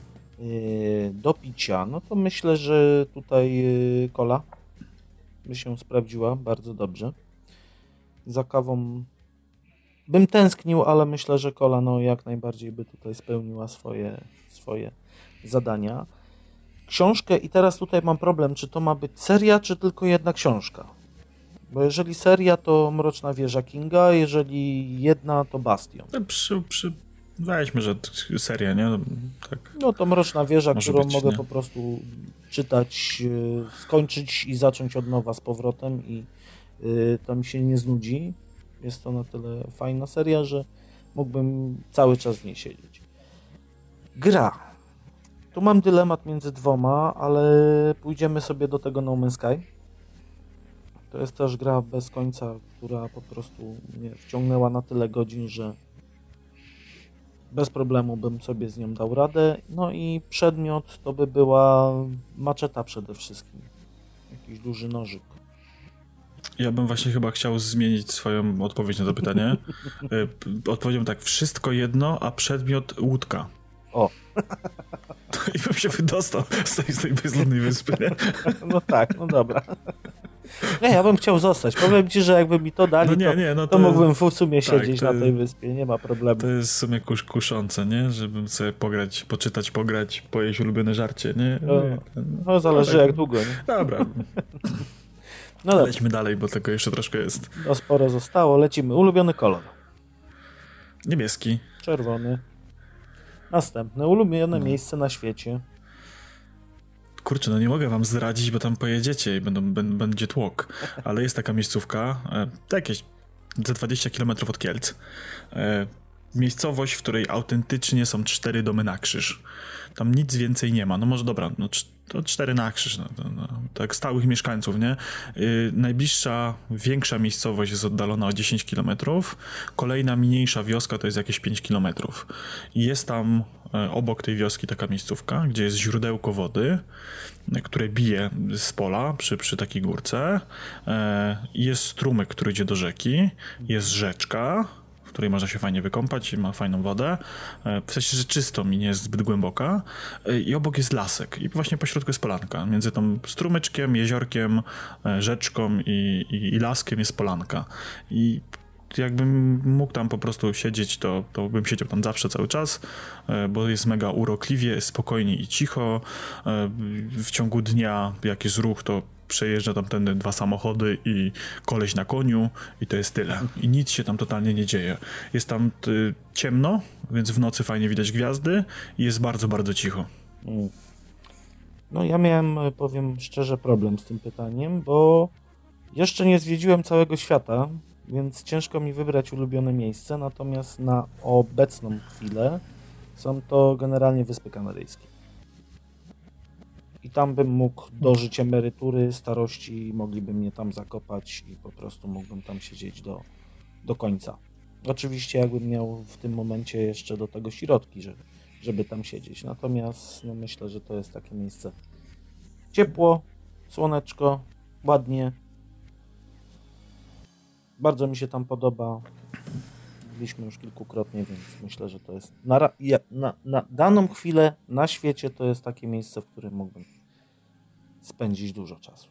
Y, do picia, no to myślę, że tutaj y, cola by się sprawdziła bardzo dobrze. Za kawą bym tęsknił, ale myślę, że cola no jak najbardziej by tutaj spełniła swoje, swoje zadania. Książkę i teraz tutaj mam problem, czy to ma być seria, czy tylko jedna książka. Bo jeżeli seria, to Mroczna Wieża Kinga, jeżeli jedna, to Bastion. No, przy, przy... Weźmy, że t- seria, nie? No, tak. No to Mroczna Wieża, Może którą być, mogę nie? po prostu czytać, yy, skończyć i zacząć od nowa z powrotem i yy, to mi się nie znudzi. Jest to na tyle fajna seria, że mógłbym cały czas w niej siedzieć. Gra. Tu mam dylemat między dwoma, ale pójdziemy sobie do tego No Man's Sky. To jest też gra bez końca, która po prostu mnie wciągnęła na tyle godzin, że bez problemu bym sobie z nią dał radę. No i przedmiot to by była maczeta przede wszystkim. Jakiś duży nożyk. Ja bym właśnie chyba chciał zmienić swoją odpowiedź na to pytanie. Y, Odpowiedziałem tak, wszystko jedno, a przedmiot łódka. O, I bym się wydostał z tej, z tej bezludnej wyspy, nie? no tak, no dobra. Nie, ja bym chciał zostać. Powiem ci, że jakby mi to dali, No nie, to, nie, no to to- mógłbym w sumie tak, siedzieć to- na tej wyspie, nie ma problemu. To jest w sumie kus, kuszące, nie? Żebym sobie pograć, poczytać, pograć, pojeść ulubione żarcie, nie? No, Nie, no zależy tak. jak długo, nie? Dobra, No dobra, lećmy dalej, bo tego jeszcze troszkę jest. no sporo zostało, lecimy. Ulubiony kolor. Niebieski. Czerwony. Następne. Ulubione No. miejsce na świecie. Kurczę, no nie mogę wam zdradzić, bo tam pojedziecie i będą, b- będzie tłok. Ale jest taka miejscówka, e, to jakieś ze dwadzieścia kilometrów od Kielc. E, miejscowość, w której autentycznie są cztery domy na krzyż. Tam nic więcej nie ma. No może dobra, no cz- to cztery na krzyż. No, to, no, tak stałych mieszkańców, nie? Y, najbliższa, większa miejscowość jest oddalona o dziesięć kilometrów. Kolejna, mniejsza wioska to jest jakieś pięć kilometrów. I jest tam e, obok tej wioski taka miejscówka, gdzie jest źródełko wody, e, które bije z pola przy, przy takiej górce. E, jest strumyk, który idzie do rzeki. Jest rzeczka, w której można się fajnie wykąpać, ma fajną wodę, w sensie, że czystą i nie jest zbyt głęboka i obok jest lasek i właśnie pośrodku jest polanka. Między tą strumyczkiem, jeziorkiem, rzeczką i, i, i laskiem jest polanka. I jakbym mógł tam po prostu siedzieć, to, to bym siedział tam zawsze cały czas, bo jest mega urokliwie, jest spokojnie i cicho. W ciągu dnia, jak jest ruch, to przejeżdża tam tędy dwa samochody i koleś na koniu i to jest tyle. I nic się tam totalnie nie dzieje. Jest tam y, ciemno, więc w nocy fajnie widać gwiazdy i jest bardzo, bardzo cicho. No ja miałem, powiem szczerze, problem z tym pytaniem, bo jeszcze nie zwiedziłem całego świata, więc ciężko mi wybrać ulubione miejsce, natomiast na obecną chwilę są to generalnie Wyspy Kanaryjskie. I tam bym mógł dożyć emerytury, starości, mogliby mnie tam zakopać i po prostu mógłbym tam siedzieć do, do końca. Oczywiście jakbym miał w tym momencie jeszcze do tego środki, żeby, żeby tam siedzieć. Natomiast no myślę, że to jest takie miejsce ciepło, słoneczko, ładnie. Bardzo mi się tam podoba. Byliśmy już kilkukrotnie, więc myślę, że to jest na, na, na daną chwilę na świecie to jest takie miejsce, w którym mógłbym spędzić dużo czasu.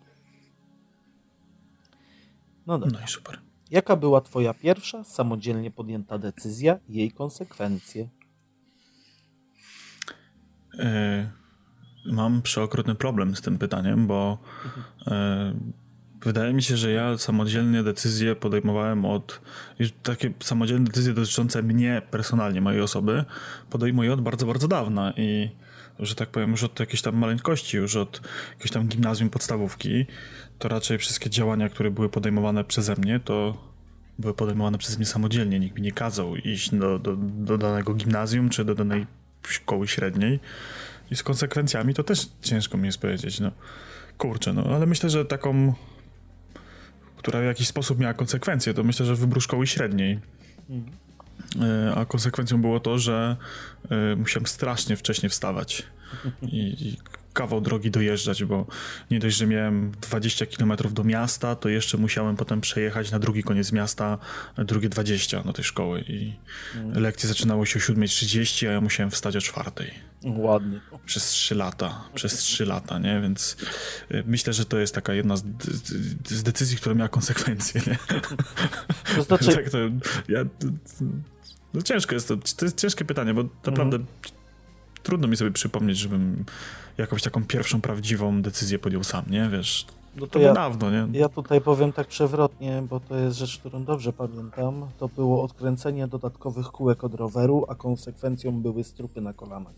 No dobra. No i super. Jaka była twoja pierwsza samodzielnie podjęta decyzja i jej konsekwencje? Yy, mam przeokrutny problem z tym pytaniem, bo yy, wydaje mi się, że ja samodzielnie decyzje podejmowałem od... Takie samodzielne decyzje dotyczące mnie personalnie, mojej osoby, podejmuję od bardzo, bardzo dawna i że tak powiem, już od jakiejś tam maleńkości, już od jakiegoś tam gimnazjum, podstawówki, to raczej wszystkie działania, które były podejmowane przeze mnie, to były podejmowane przez mnie samodzielnie. Nikt mi nie kazał iść do, do, do danego gimnazjum czy do danej szkoły średniej i z konsekwencjami to też ciężko mi jest powiedzieć. No kurczę, no ale myślę, że taką, która w jakiś sposób miała konsekwencje, to myślę, że wybór szkoły średniej. Mhm. A konsekwencją było to, że musiałem strasznie wcześnie wstawać i, i kawał drogi dojeżdżać, bo nie dość, że miałem dwadzieścia kilometrów do miasta, to jeszcze musiałem potem przejechać na drugi koniec miasta, drugie dwadzieścia do tej szkoły i mm. lekcje zaczynały się o siódma trzydzieści, a ja musiałem wstać o czwartej. Ładnie. Przez trzy lata, przez trzy lata, nie? Więc myślę, że to jest taka jedna z, z decyzji, która miała konsekwencje, nie? To znaczy... tak to, ja, no ciężko jest to, to jest ciężkie pytanie, bo naprawdę mm. trudno mi sobie przypomnieć, żebym jakąś taką pierwszą prawdziwą decyzję podjął sam, nie? Wiesz, no to, to ja, dawno, nie? Ja tutaj powiem tak przewrotnie, bo to jest rzecz, którą dobrze pamiętam. To było odkręcenie dodatkowych kółek od roweru, a konsekwencją były strupy na kolanach.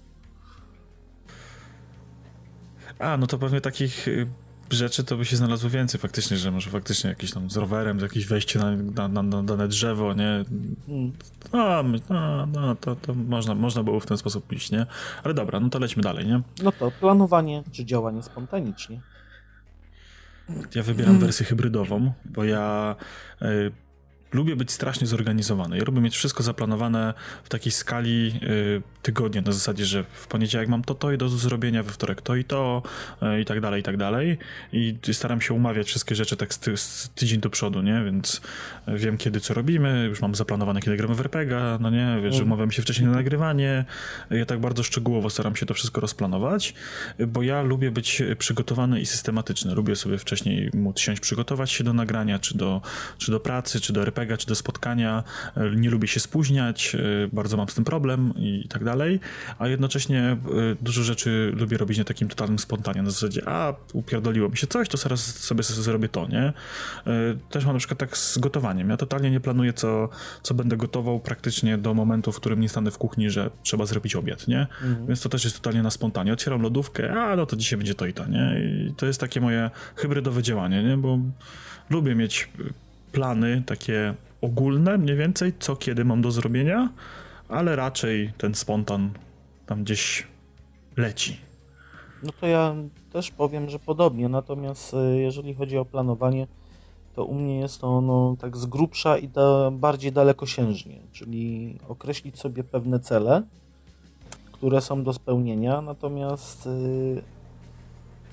A, no to pewnie takich rzeczy to by się znalazło więcej faktycznie, że może faktycznie jakiś tam z rowerem, z jakieś wejście na, na, na, na dane drzewo, nie? Hmm. No, no, no to, to można, można było w ten sposób iść, nie? Ale dobra, no to lećmy dalej, nie? No to planowanie czy działanie spontanicznie? Ja wybieram wersję hybrydową, bo ja... Y, lubię być strasznie zorganizowany. Ja lubię mieć wszystko zaplanowane w takiej skali y, tygodnia, na zasadzie, że w poniedziałek mam to, to i do zrobienia, we wtorek to i to y, i tak dalej, i tak dalej. I staram się umawiać wszystkie rzeczy tak z, ty z tydzień do przodu, nie? Więc wiem, kiedy co robimy, już mam zaplanowane, kiedy gramy w er pe gie a, no nie? Wiesz, mm. umawiamy się wcześniej na nagrywanie. Ja tak bardzo szczegółowo staram się to wszystko rozplanować, bo ja lubię być przygotowany i systematyczny. Lubię sobie wcześniej móc siąść, przygotować się do nagrania, czy do, czy do pracy, czy do er pe gie a, czy do spotkania. Nie lubię się spóźniać, bardzo mam z tym problem i tak dalej, a jednocześnie dużo rzeczy lubię robić na takim totalnym spontanie, na zasadzie, a upierdoliło mi się coś, to zaraz sobie zrobię to, nie? Też mam na przykład tak z gotowaniem. Ja totalnie nie planuję, co, co będę gotował praktycznie do momentu, w którym nie stanę w kuchni, że trzeba zrobić obiad, nie? Mhm. Więc to też jest totalnie na spontanie. Otwieram lodówkę, a no to dzisiaj będzie to i to, nie? I to jest takie moje hybrydowe działanie, nie? Bo lubię mieć plany takie ogólne, mniej więcej, co kiedy mam do zrobienia, ale raczej ten spontan tam gdzieś leci. No to ja też powiem, że podobnie, natomiast jeżeli chodzi o planowanie, to u mnie jest to ono tak z grubsza i da bardziej dalekosiężnie, czyli określić sobie pewne cele, które są do spełnienia, natomiast yy,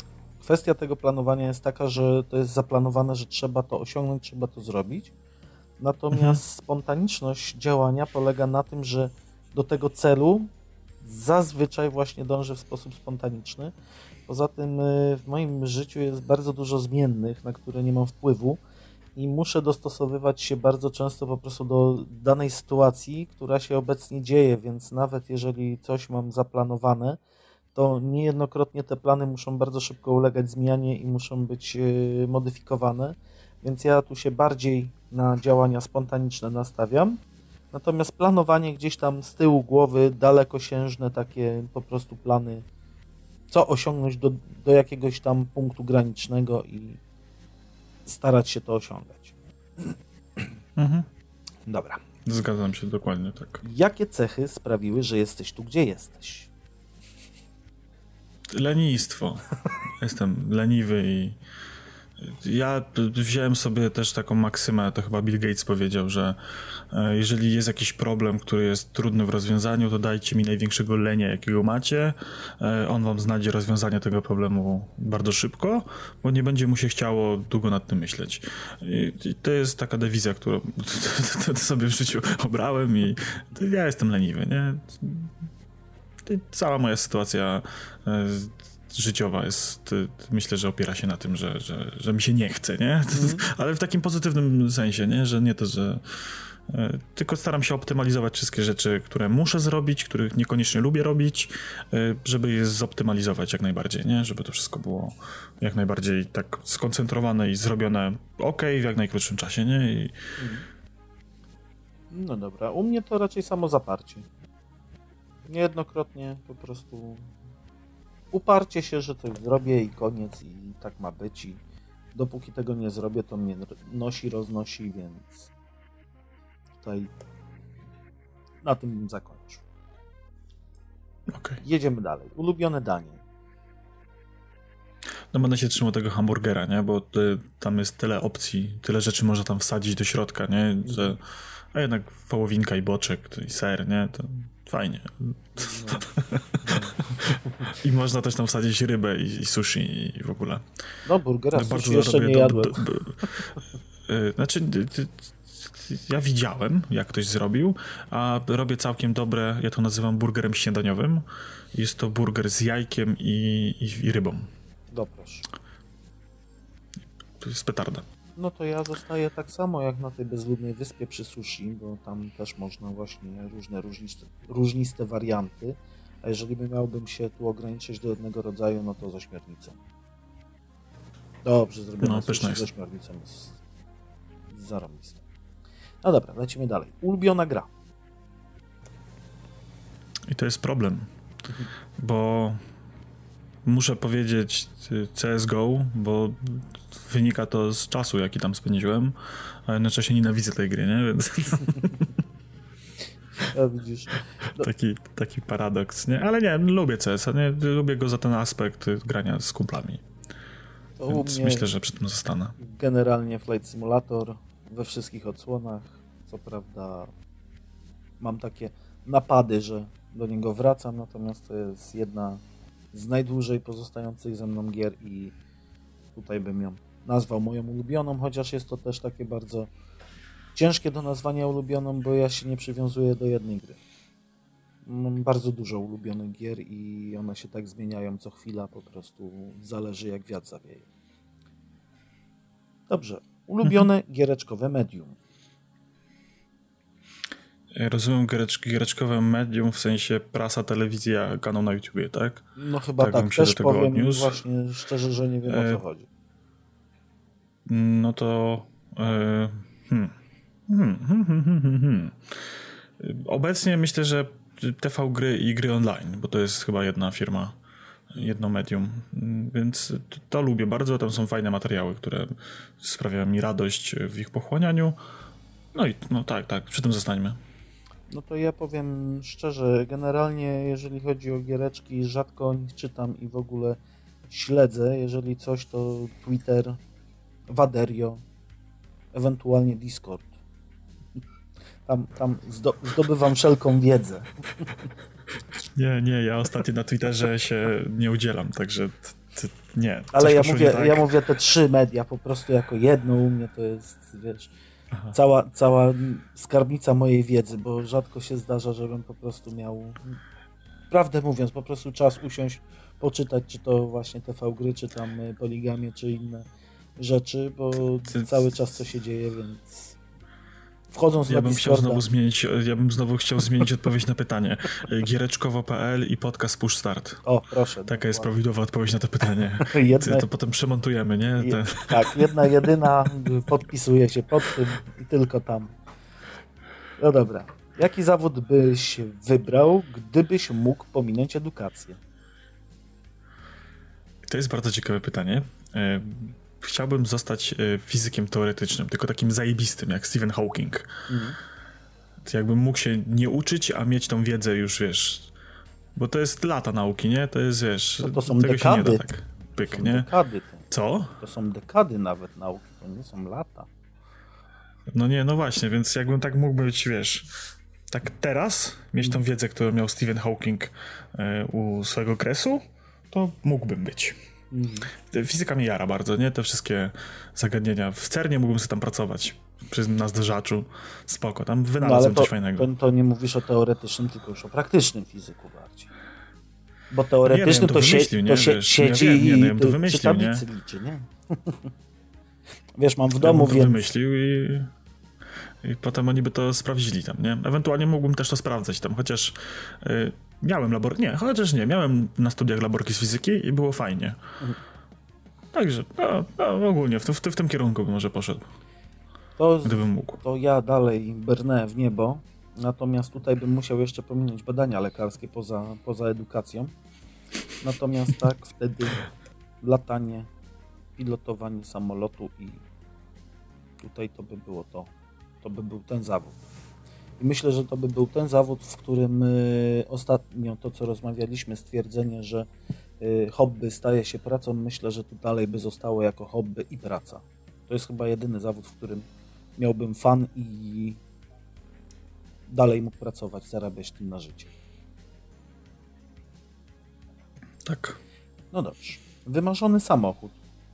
kwestia tego planowania jest taka, że to jest zaplanowane, że trzeba to osiągnąć, trzeba to zrobić, Natomiast mhm. spontaniczność działania polega na tym, że do tego celu zazwyczaj właśnie dążę w sposób spontaniczny. Poza tym w moim życiu jest bardzo dużo zmiennych, na które nie mam wpływu i muszę dostosowywać się bardzo często po prostu do danej sytuacji, która się obecnie dzieje, więc nawet jeżeli coś mam zaplanowane, to niejednokrotnie te plany muszą bardzo szybko ulegać zmianie i muszą być modyfikowane, więc ja tu się bardziej na działania spontaniczne nastawiam. Natomiast planowanie gdzieś tam z tyłu głowy, dalekosiężne takie po prostu plany, co osiągnąć do, do jakiegoś tam punktu granicznego i starać się to osiągać. Mhm. Dobra. Zgadzam się dokładnie tak. Jakie cechy sprawiły, że jesteś tu, gdzie jesteś? Lenistwo. Jestem leniwy i ja wziąłem sobie też taką maksymę, to chyba Bill Gates powiedział, że jeżeli jest jakiś problem, który jest trudny w rozwiązaniu, to dajcie mi największego lenia, jakiego macie. On wam znajdzie rozwiązanie tego problemu bardzo szybko, bo nie będzie mu się chciało długo nad tym myśleć. I to jest taka dewiza, którą sobie w życiu obrałem i ja jestem leniwy, nie? Cała moja sytuacja życiowa jest, myślę, że opiera się na tym, że, że, że mi się nie chce, nie? Mm. Ale w takim pozytywnym sensie, nie? Że nie to, że tylko staram się optymalizować wszystkie rzeczy, które muszę zrobić, których niekoniecznie lubię robić, żeby je zoptymalizować jak najbardziej, nie? Żeby to wszystko było jak najbardziej tak skoncentrowane i zrobione ok, w jak najkrótszym czasie, nie? I... No dobra, u mnie to raczej samozaparcie. Niejednokrotnie po prostu uparcie się, że coś zrobię i koniec i tak ma być i dopóki tego nie zrobię, to mnie nosi, roznosi, więc tutaj na tym bym zakończył. Okay. Jedziemy dalej. Ulubione danie. No będę się trzymał tego hamburgera, nie? Bo ty, tam jest tyle opcji, tyle rzeczy można tam wsadzić do środka, nie? Że, a jednak wołowinka i boczek i ser, nie? To fajnie. No, no. I można też tam wsadzić rybę i, i sushi i w ogóle. No burgera z sushi jeszcze nie jadłem. Do, do, do, znaczy, ja widziałem, jak ktoś zrobił, a robię całkiem dobre, ja to nazywam burgerem śniadaniowym. Jest to burger z jajkiem i, i, i rybą. Doprosz. To jest petarda. No to ja zostaję tak samo jak na tej bezludnej wyspie przy sushi, bo tam też można właśnie różne różniste, różniste warianty. A jeżeli by miałbym się tu ograniczyć do jednego rodzaju, no to z ośmiornicą. Dobrze zrobione no, sushi z ośmiornicą jest zarąbiste. No dobra, lecimy dalej. Ulubiona gra. I to jest problem, mhm. bo muszę powiedzieć C S G O, bo wynika to z czasu, jaki tam spędziłem, a jednocześnie nienawidzę tej gry, nie? Więc... Ja widzisz. No. Taki, taki paradoks, nie? Ale nie, lubię C S a, nie? Lubię go za ten aspekt grania z kumplami. To Więc myślę, że przy tym zostanę. Generalnie Flight Simulator we wszystkich odsłonach. Co prawda mam takie napady, że do niego wracam, natomiast to jest jedna z najdłużej pozostających ze mną gier i tutaj bym ją nazwał moją ulubioną, chociaż jest to też takie bardzo ciężkie do nazwania ulubioną, bo ja się nie przywiązuję do jednej gry. Mam bardzo dużo ulubionych gier i one się tak zmieniają co chwila, po prostu zależy jak wiatr zawieje. Dobrze. Ulubione mhm. giereczkowe medium. Ja rozumiem giereczki, giereczkowe medium w sensie prasa, telewizja, kanał na YouTubie, tak? No chyba tak, tak. Też powiem odniósł. Właśnie szczerze, że nie wiem e... o co chodzi. No to... E... Hmm. Hmm, hmm, hmm, hmm, hmm. Obecnie myślę, że T V Gry i gry online, bo to jest chyba jedna firma, jedno medium, więc to, to lubię bardzo, tam są fajne materiały, które sprawiają mi radość w ich pochłanianiu. No i no tak, tak, przy tym zostańmy. No to ja powiem szczerze, generalnie jeżeli chodzi o giereczki, rzadko o nich czytam i w ogóle śledzę. Jeżeli coś, to Twitter, Waderio, ewentualnie Discord. Tam, tam zdobywam wszelką wiedzę. Nie, nie, ja ostatnio na Twitterze się nie udzielam, także t, t, nie. Ale ja mówię, tak. ja mówię te trzy media po prostu jako jedno, u mnie to jest, wiesz, cała, cała skarbnica mojej wiedzy, bo rzadko się zdarza, żebym po prostu miał, prawdę mówiąc, po prostu czas usiąść, poczytać, czy to właśnie T V gry, czy tam Poligamię, czy inne rzeczy, bo Ty... cały czas co się dzieje, więc wchodząc ja na bym Discorda... chciał znowu zmienić, ja bym znowu chciał zmienić odpowiedź na pytanie. Giereczkowo kropka pe el i podcast Push Start. O, proszę. Taka jest prawidłowa odpowiedź na to pytanie. Jedna... To potem przemontujemy, nie? Je... Tak, jedna jedyna, podpisuje się pod tym i tylko tam. No dobra. Jaki zawód byś wybrał, gdybyś mógł pominąć edukację? To jest bardzo ciekawe pytanie. Chciałbym zostać fizykiem teoretycznym, tylko takim zajebistym, jak Stephen Hawking. Mhm. Jakbym mógł się nie uczyć, a mieć tą wiedzę już, wiesz, bo to jest lata nauki, nie? To jest, wiesz, no to są tego dekady. się nie da tak pyk, to są nie? Dekady to. Co? To są dekady nawet nauki, to nie są lata. No nie, no właśnie, więc jakbym tak mógł być, wiesz, tak teraz mieć tą wiedzę, którą miał Stephen Hawking y, u swojego okresu, to mógłbym być. Mhm. Fizyka mnie jara bardzo, nie? Te wszystkie zagadnienia. W cernie mógłbym sobie tam pracować. Przy na zderzaczu. Spoko, tam wynalazłem no, coś fajnego. To, to nie mówisz o teoretycznym, tylko już o praktycznym fizyku bardziej. Bo teoretyczny nie, no, to, to, wymyślił, sie, nie? to sie, Wiesz, siedzi ja wiem, nie, no, ja to i wymyślił, przy tablicy nie? liczy, nie? Wiesz, mam w ja domu, to więc... wymyślił i... I potem oni by to sprawdzili tam, nie? Ewentualnie mógłbym też to sprawdzać tam, chociaż y, miałem labor... Nie, chociaż nie, miałem na studiach laborki z fizyki i było fajnie. Mhm. Także, no, no, ogólnie w, w, w tym kierunku bym może poszedł. To, gdybym mógł. To ja dalej brnę w niebo, natomiast tutaj bym musiał jeszcze pominąć badania lekarskie poza, poza edukacją. Natomiast tak, wtedy latanie, pilotowanie samolotu i tutaj to by było to. To by był ten zawód. I myślę, że to by był ten zawód, w którym y, ostatnio to, co rozmawialiśmy, stwierdzenie, że y, hobby staje się pracą, myślę, że tu dalej by zostało jako hobby i praca. To jest chyba jedyny zawód, w którym miałbym fan i dalej mógł pracować, zarabiać tym na życie. Tak. No dobrze. Wymarzony samochód.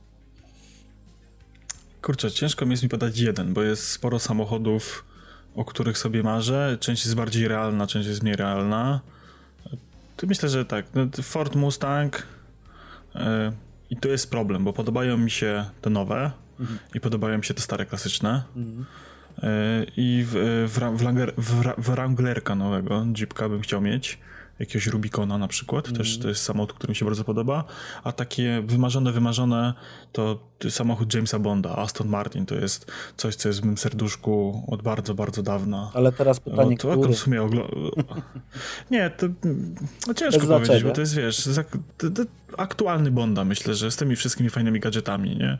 Kurczę, ciężko mi jest mi podać jeden, bo jest sporo samochodów, o których sobie marzę. Część jest bardziej realna, część jest mniej realna. To myślę, że tak. Ford Mustang yy, i to jest problem, bo podobają mi się te nowe mhm. i podobają mi się te stare, klasyczne. Mhm. Yy, I w, w, w, Wranger, w, w Wranglerka nowego, Jeepka bym chciał mieć. Jakiegoś Rubicona na przykład, mm. też to jest samochód, który mi się bardzo podoba, a takie wymarzone, wymarzone to samochód Jamesa Bonda, Aston Martin, to jest coś, co jest w mym serduszku od bardzo, bardzo dawna. Ale teraz pytanie, to który? W sumie ogl- Nie, to no ciężko powiedzieć, bo to jest, wiesz, to, to aktualny Bonda, myślę, że z tymi wszystkimi fajnymi gadżetami, nie?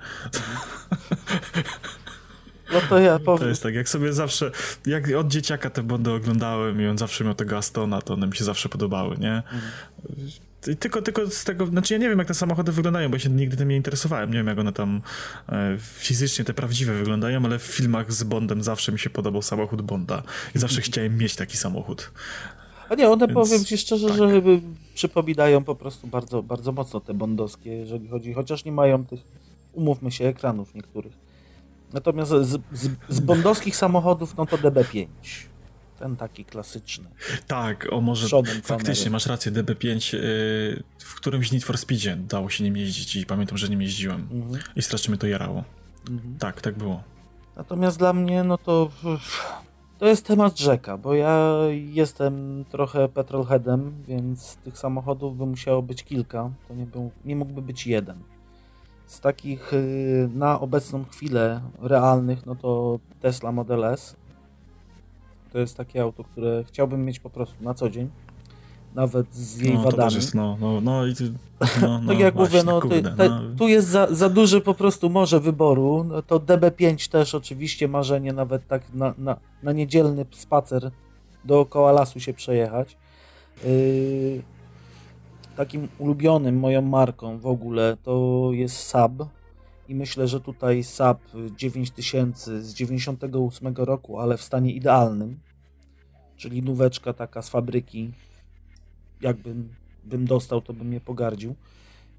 No to ja powiem. To jest tak, jak sobie zawsze, jak od dzieciaka te Bondy oglądałem i on zawsze miał tego Astona, to one mi się zawsze podobały, nie? Mhm. I tylko, tylko z tego, znaczy ja nie wiem, jak te samochody wyglądają, bo się nigdy tym nie interesowałem, nie wiem, jak one tam e, fizycznie, te prawdziwe wyglądają, ale w filmach z Bondem zawsze mi się podobał samochód Bonda i zawsze chciałem mieć taki samochód. A nie, one Więc, powiem ci szczerze, tak. że przypominają po prostu bardzo, bardzo mocno te bondowskie, jeżeli chodzi, chociaż nie mają tych, umówmy się, ekranów niektórych. Natomiast z, z, z bondowskich samochodów, no to D B pięć. Ten taki klasyczny. Tak, o może faktycznie masz rację, D B pięć yy, w którymś Need for Speedzie dało się nim jeździć i pamiętam, że nim jeździłem. Mhm. I strasznie mnie to jarało. Mhm. Tak, tak było. Natomiast dla mnie, no to to jest temat rzeka, bo ja jestem trochę petrolheadem, więc tych samochodów by musiało być kilka. To nie, był, nie mógłby być jeden. Z takich na obecną chwilę realnych, no to Tesla Model S. To jest takie auto, które chciałbym mieć po prostu na co dzień. Nawet z jej no, wadami. To też jest, no, no, no, i, no, no tak jak właśnie, mówię, no, kurde, te, no. tu jest za, za duży po prostu morze wyboru. No, to D B pięć też oczywiście marzenie, nawet tak na, na, na niedzielny spacer dookoła lasu się przejechać. Yy, Takim ulubionym moją marką w ogóle to jest Saab i myślę, że tutaj Saab dziewięć tysięcy z dziewięćdziesiątego ósmego roku, ale w stanie idealnym, czyli nóweczka taka z fabryki, jakbym bym dostał, to bym mnie pogardził.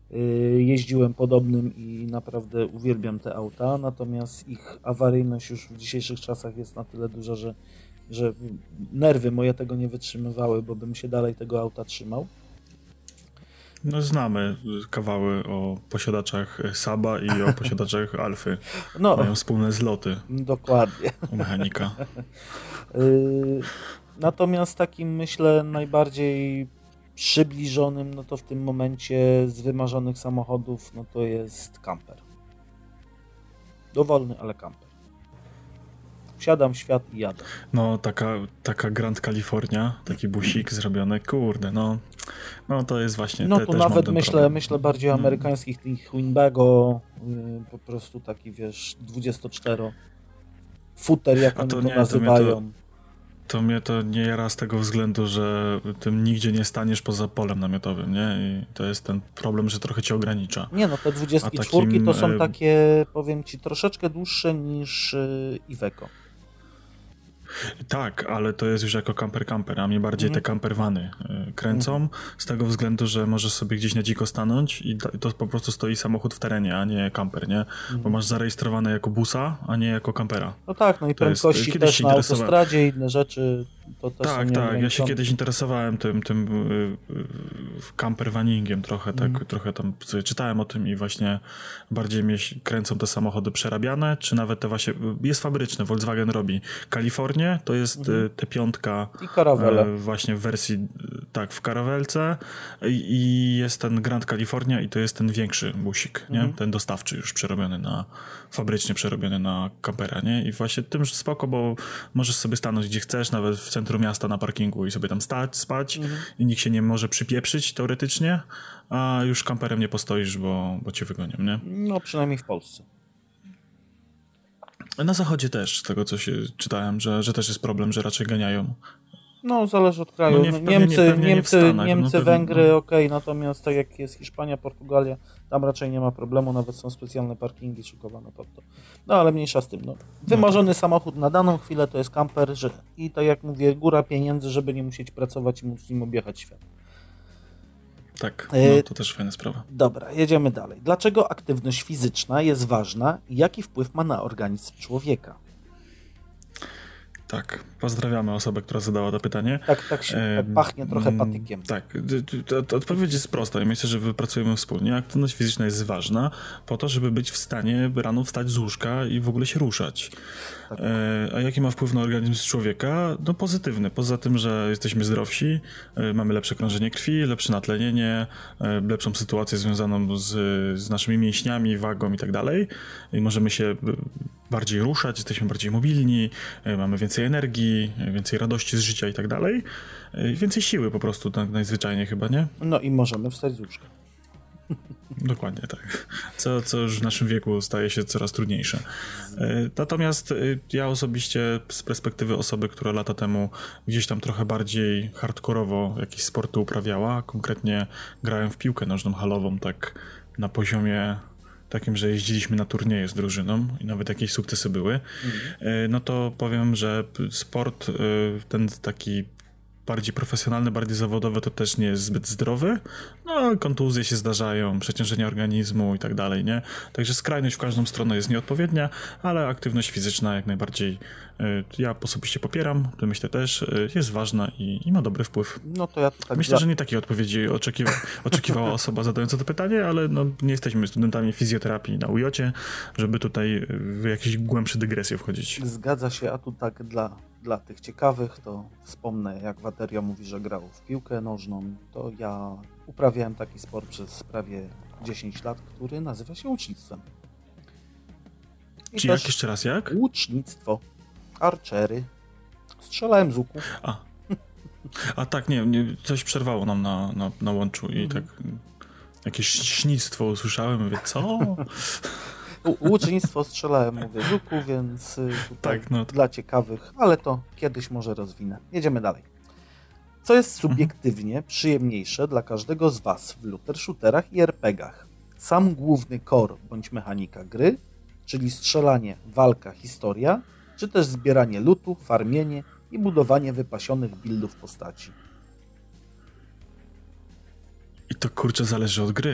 Jeździłem podobnym i naprawdę uwielbiam te auta, natomiast ich awaryjność już w dzisiejszych czasach jest na tyle duża, że, że nerwy moje tego nie wytrzymywały, bo bym się dalej tego auta trzymał. No znamy kawały o posiadaczach Saba i o posiadaczach Alfy. No, mają wspólne zloty. Dokładnie. U mechanika. Natomiast takim, myślę, najbardziej przybliżonym, no to w tym momencie z wymarzonych samochodów, no to jest kamper. Dowolny, ale kamper. Wsiadam w świat i jadę. No, taka, taka Grand California, taki busik zrobiony, kurde, no, no to jest właśnie... No te, tu też nawet mam myślę, problem. myślę bardziej o amerykańskich tych Winnebago, yy, po prostu taki, wiesz, dwudziestocztero footer, jak oni to, to nie, nazywają. To mnie to, to mnie to nie jara z tego względu, że tym nigdzie nie staniesz poza polem namiotowym, nie? I to jest ten problem, że trochę cię ogranicza. Nie no, te dwudziestki czwórki to są takie, powiem ci, troszeczkę dłuższe niż yy, Iveco. Tak, ale to jest już jako camper camper, a mnie bardziej mm. te campervany y, kręcą mm. z tego względu, że możesz sobie gdzieś na dziko stanąć i to, to po prostu stoi samochód w terenie, a nie camper, nie? Mm. Bo masz zarejestrowane jako busa, a nie jako campera. No tak, no i to prędkości jest, też na autostradzie, inne rzeczy. To też tak, tak, ja się kiedyś interesowałem tym, tym y, y, campervaningiem trochę, tak, mm. trochę tam sobie czytałem o tym i właśnie bardziej mnie kręcą te samochody przerabiane, czy nawet te właśnie, jest fabryczne, Volkswagen robi Kalifornię, to jest mhm. T pięć i karawele. Właśnie w wersji, tak, w karawelce i, i jest ten Grand California i to jest ten większy busik, nie? Mhm. Ten dostawczy już przerobiony na, fabrycznie przerobiony na kampera, nie? I właśnie tym spoko, bo możesz sobie stanąć gdzie chcesz, nawet w centrum miasta na parkingu i sobie tam stać, spać mhm. i nikt się nie może przypieprzyć teoretycznie, a już kamperem nie postoisz, bo, bo cię wygonią, nie? No przynajmniej w Polsce. Na zachodzie też, z tego co się czytałem, że, że też jest problem, że raczej ganiają. No, zależy od kraju. No nie, Niemcy, nie, Niemcy, nie Stanach, Niemcy no, Węgry, no. okej, okay, natomiast tak jak jest Hiszpania, Portugalia, tam raczej nie ma problemu, nawet są specjalne parkingi szykowane pod to. No, ale mniejsza z tym. No. Wymarzony no tak. samochód na daną chwilę to jest kamper, że i tak jak mówię, góra pieniędzy, żeby nie musieć pracować i móc nim objechać świat. Tak, no, to też fajna sprawa. Dobra, jedziemy dalej. Dlaczego aktywność fizyczna jest ważna i jaki wpływ ma na organizm człowieka? Tak, pozdrawiamy osobę, która zadała to pytanie. Tak, tak się e, pachnie trochę patykiem. Tak, odpowiedź jest prosta i myślę, że wypracujemy wspólnie. Aktywność fizyczna jest ważna po to, żeby być w stanie rano wstać z łóżka i w ogóle się ruszać. Tak. E, a jaki ma wpływ na organizm człowieka? No pozytywny. Poza tym, że jesteśmy zdrowsi, e, mamy lepsze krążenie krwi, lepsze natlenienie, e, lepszą sytuację związaną z, z naszymi mięśniami, wagą i tak dalej. I możemy się bardziej ruszać, jesteśmy bardziej mobilni, e, mamy więcej energii, więcej radości z życia i tak dalej. Więcej siły po prostu, tak najzwyczajniej chyba, nie? No i możemy wstać z łóżka. Dokładnie tak. Co, co już w naszym wieku staje się coraz trudniejsze. Natomiast ja osobiście z perspektywy osoby, która lata temu gdzieś tam trochę bardziej hardkorowo jakieś sporty uprawiała, konkretnie grałem w piłkę nożną halową, tak na poziomie takim, że jeździliśmy na turnieje z drużyną i nawet jakieś sukcesy były, mhm. no to powiem, że sport ten taki bardziej profesjonalny, bardziej zawodowy to też nie jest zbyt zdrowy. No, kontuzje się zdarzają, przeciążenie organizmu i tak dalej, nie? Także skrajność w każdą stronę jest nieodpowiednia, ale aktywność fizyczna jak najbardziej ja osobiście popieram, to myślę też, jest ważna i, i ma dobry wpływ. No to ja to tak myślę, dla... że nie takiej odpowiedzi oczekiwa, oczekiwała osoba zadająca to pytanie, ale no, nie jesteśmy studentami fizjoterapii na U J ocie, żeby tutaj w jakieś głębsze dygresje wchodzić. Zgadza się, a tu tak dla, dla tych ciekawych to wspomnę, jak Wateria mówi, że grał w piłkę nożną, to ja uprawiałem taki sport przez prawie dziesięć lat, który nazywa się łucznictwem. I Czy jak jeszcze raz jak? Łucznictwo. Archery. Strzelałem z łuku. A, A tak, nie, nie, coś przerwało nam na, na, na łączu i mm. tak jakieś śnictwo usłyszałem, mówię, co? Łucznictwo strzelałem, mówię, z łuku, więc tutaj tak, no to... dla ciekawych, ale to kiedyś może rozwinę. Jedziemy dalej. Co jest subiektywnie mhm. przyjemniejsze dla każdego z Was w looter shooterach i er pe gach? Sam główny core bądź mechanika gry, czyli strzelanie, walka, historia, czy też zbieranie lootu, farmienie i budowanie wypasionych buildów postaci. I to kurczę zależy od gry,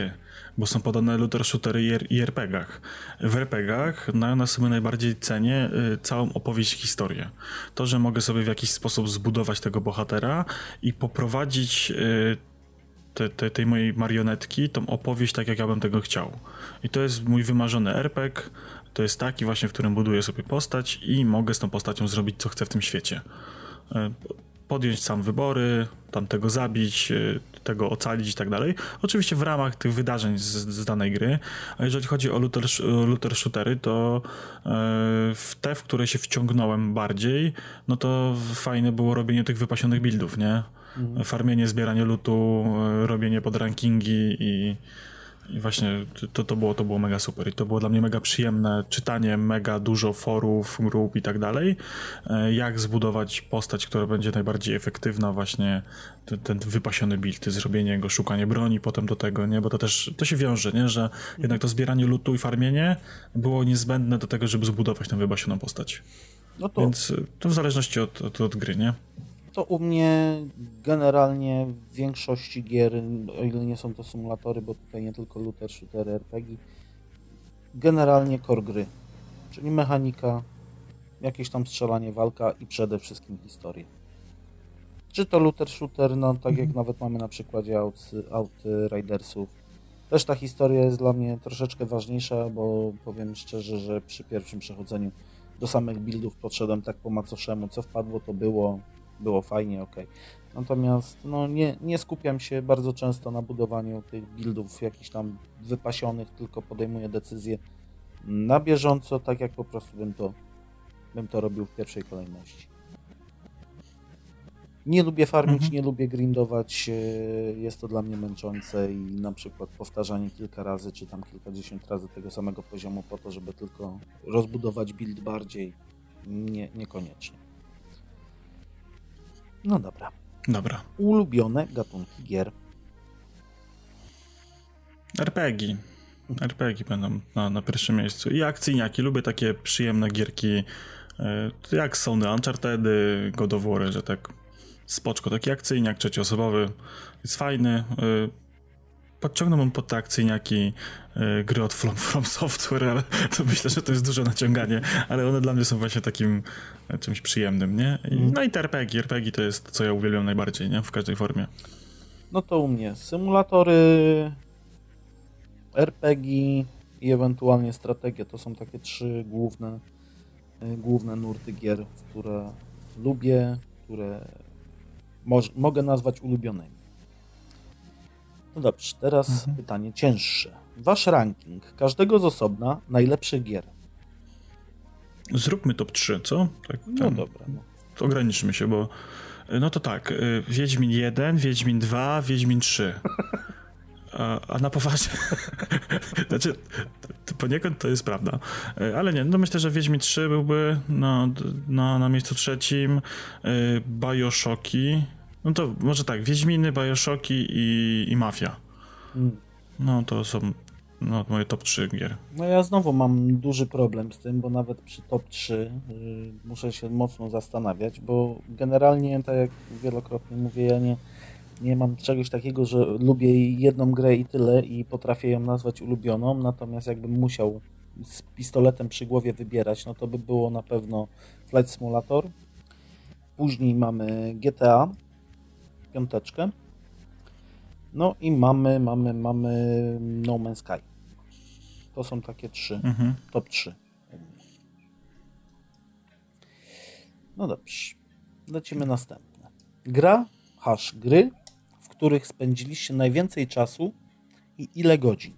bo są podane looter shootery i er pe gach. W er pe gach na, na sobie najbardziej cenię y, całą opowieść, historię. To, że mogę sobie w jakiś sposób zbudować tego bohatera i poprowadzić y, te, te, tej mojej marionetki, tą opowieść tak, jak ja bym tego chciał. I to jest mój wymarzony er pe gie, to jest taki właśnie, w którym buduję sobie postać i mogę z tą postacią zrobić, co chcę w tym świecie. Y, podjąć sam wybory, tamtego zabić, tego ocalić i tak dalej. Oczywiście w ramach tych wydarzeń z, z danej gry, a jeżeli chodzi o looter, looter shootery, to e, w te, w które się wciągnąłem bardziej, no to fajne było robienie tych wypasionych buildów, nie? Mhm. Farmienie, zbieranie lootu, robienie pod rankingi i I właśnie to, to, było, to było mega super i to było dla mnie mega przyjemne czytanie, mega dużo forów, grup i tak dalej, jak zbudować postać, która będzie najbardziej efektywna, właśnie ten, ten wypasiony build, zrobienie go, szukanie broni potem do tego, nie, bo to też, to się wiąże, nie, że jednak to zbieranie lootu i farmienie było niezbędne do tego, żeby zbudować tę wypasioną postać. No to... Więc to w zależności od, od, od gry, nie? To u mnie generalnie w większości gier, o ile nie są to symulatory, bo tutaj nie tylko looter, shooter, er pe gie, generalnie core gry, czyli mechanika, jakieś tam strzelanie, walka i przede wszystkim historia. Czy to looter, shooter, no tak jak nawet mamy na przykładzie Outridersów. Też ta historia jest dla mnie troszeczkę ważniejsza, bo powiem szczerze, że przy pierwszym przechodzeniu do samych buildów podszedłem tak po macoszemu, co wpadło to było, było fajnie, ok. Natomiast no, nie, nie skupiam się bardzo często na budowaniu tych buildów jakichś tam wypasionych, tylko podejmuję decyzje na bieżąco, tak jak po prostu bym to, bym to robił w pierwszej kolejności. Nie lubię farmić, mhm. nie lubię grindować, jest to dla mnie męczące i na przykład powtarzanie kilka razy, czy tam kilkadziesiąt razy tego samego poziomu po to, żeby tylko rozbudować build bardziej, nie, niekoniecznie. No dobra. Dobra. Ulubione gatunki gier. er pe gie. er pe gie będą na, na pierwszym miejscu. I akcyjniaki. Lubię takie przyjemne gierki, jak Sony Uncharted, God of War, że tak spoczko. Taki akcyjniak trzecioosobowy. Jest fajny. Podciągnąłbym pod te akcyjniaki gry od From, From Software, ale to myślę, że to jest duże naciąganie, ale one dla mnie są właśnie takim czymś przyjemnym, nie? I, mm. No i te er pe gie. er pe gie to jest, co ja uwielbiam najbardziej, nie? W każdej formie. No to u mnie symulatory, er pe gie i ewentualnie strategie. To są takie trzy główne, główne nurty gier, które lubię, które moż, mogę nazwać ulubionymi. No dobrze, teraz mhm. pytanie cięższe. Wasz ranking każdego z osobna najlepszych gier. Zróbmy top trzy, co? Tak, no dobra. No. To ograniczmy się, bo no to tak, Wiedźmin jeden, Wiedźmin dwa, Wiedźmin trzy. A, a na poważnie, znaczy poniekąd to jest prawda, ale nie, no myślę, że Wiedźmin trzy byłby no, na, na miejscu trzecim, Bioshocki, no to może tak, Wiedźminy, Bioshocki i, i Mafia. Mm. No to są no, moje top trzy gier. No ja znowu mam duży problem z tym, bo nawet przy top trzy yy, muszę się mocno zastanawiać, bo generalnie, tak jak wielokrotnie mówię, ja nie, nie mam czegoś takiego, że lubię jedną grę i tyle i potrafię ją nazwać ulubioną, natomiast jakbym musiał z pistoletem przy głowie wybierać, no to by było na pewno Flight Simulator. Później mamy G T A, piąteczkę. No i mamy, mamy, mamy No Man's Sky. To są takie trzy, mhm. top trzy. No dobrze, lecimy następne. Gra, hash gry, w których spędziliście najwięcej czasu i ile godzin?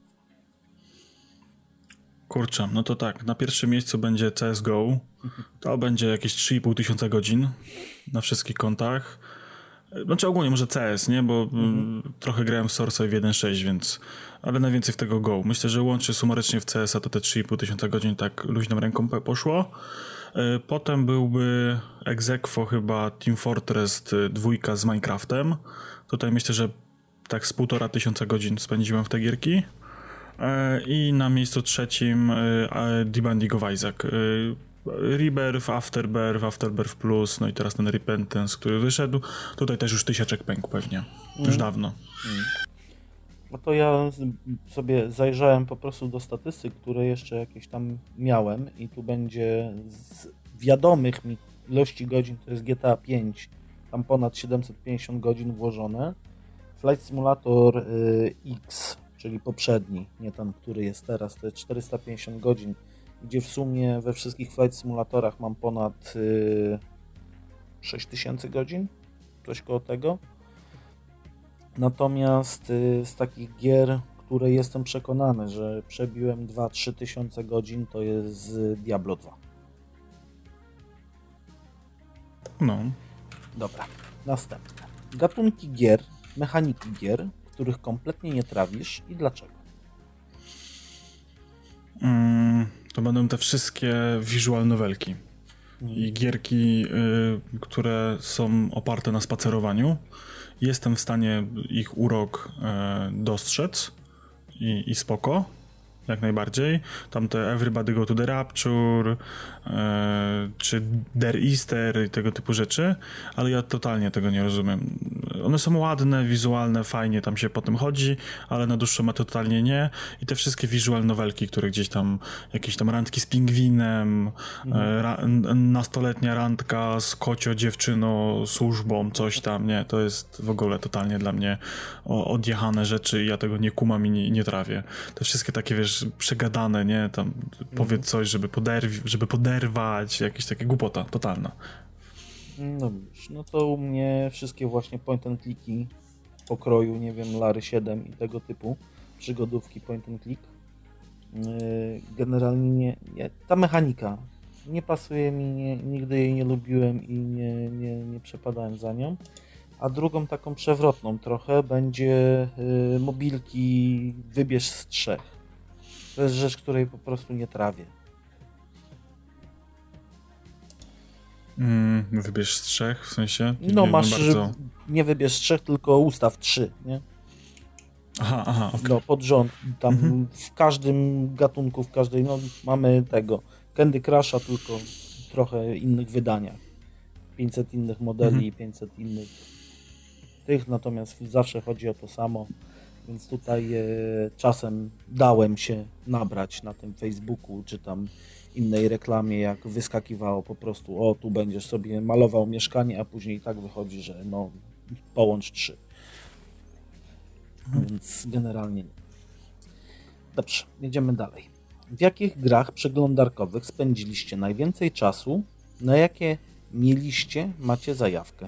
Kurczę, no to tak, na pierwszym miejscu będzie C S G O. To będzie jakieś trzy i pół tysiąca godzin na wszystkich kontach. Znaczy ogólnie może C S, nie? Bo mhm. trochę grałem w Source'a w jeden kropka sześć, więc... Ale najwięcej w tego Go. Myślę, że łącznie sumarycznie w C S a to te trzy i pół tysiąca godzin tak luźną ręką poszło. Potem byłby ex aequo chyba Team Fortress dwa z Minecraftem. Tutaj myślę, że tak z półtora tysiąca godzin spędziłem w te gierki. I na miejscu trzecim The Binding of Isaac. Rebirth, Afterbirth, Afterbirth Plus, no i teraz ten Repentance, który wyszedł. Tutaj też już tysiaczek pękł pewnie. Już mm. dawno. Mm. No to ja sobie zajrzałem po prostu do statystyk, które jeszcze jakieś tam miałem i tu będzie z wiadomych mi ilości godzin, to jest G T A pięć, tam ponad siedemset pięćdziesiąt godzin włożone. Flight Simulator X, czyli poprzedni, nie ten, który jest teraz, to jest czterysta pięćdziesiąt godzin, gdzie w sumie we wszystkich Flight Simulatorach mam ponad sześć tysięcy godzin, coś koło tego. Natomiast z takich gier, które jestem przekonany, że przebiłem dwa do trzech tysiące godzin, to jest Diablo dwa. No. Dobra, następne. Gatunki gier, mechaniki gier, których kompletnie nie trawisz i dlaczego? Mm, to będą te wszystkie visual novelki Hmm. i gierki, y, które są oparte na spacerowaniu. Jestem w stanie ich urok y, dostrzec i, i spoko. Jak najbardziej. Tam te Everybody Go to the Rapture, e, czy Der Easter i tego typu rzeczy, ale ja totalnie tego nie rozumiem. One są ładne, wizualne, fajnie tam się potem chodzi, ale na dłuższą metę totalnie nie. I te wszystkie visual novelki, które gdzieś tam, jakieś tam randki z pingwinem, mhm. e, ra, nastoletnia randka z kocio dziewczyną, służbą, coś tam, nie, to jest w ogóle totalnie dla mnie odjechane rzeczy i ja tego nie kumam i nie, nie trawię. Te wszystkie takie, wiesz, przegadane, nie? Tam mhm. powiedz coś, żeby, poderw- żeby poderwać, jakieś takie głupota, totalna. No wiesz, no to u mnie wszystkie właśnie point and clicki pokroju, nie wiem, Lary siedem i tego typu przygodówki point and click. Yy, generalnie nie, nie, ta mechanika nie pasuje mi, nie, nigdy jej nie lubiłem i nie, nie, nie przepadałem za nią. A drugą taką przewrotną trochę będzie yy, mobilki wybierz z trzech. To jest rzecz, której po prostu nie trawię. Mm, wybierz z trzech, w sensie? No nie, masz, nie, bardzo... nie wybierz z trzech, tylko ustaw trzy, nie? Aha, aha, okay. No pod rząd, tam mhm. w każdym gatunku, w każdej, no mamy tego Candy Crusha, tylko w trochę innych wydaniach. pięćset innych modeli, mhm. pięćset innych tych, natomiast zawsze chodzi o to samo. Więc tutaj e, czasem dałem się nabrać na tym Facebooku, czy tam innej reklamie, jak wyskakiwało po prostu, o tu będziesz sobie malował mieszkanie, a później tak wychodzi, że no połącz trzy. Hmm. Więc generalnie nie. Dobrze, jedziemy dalej. W jakich grach przeglądarkowych spędziliście najwięcej czasu, na jakie mieliście, macie zajawkę?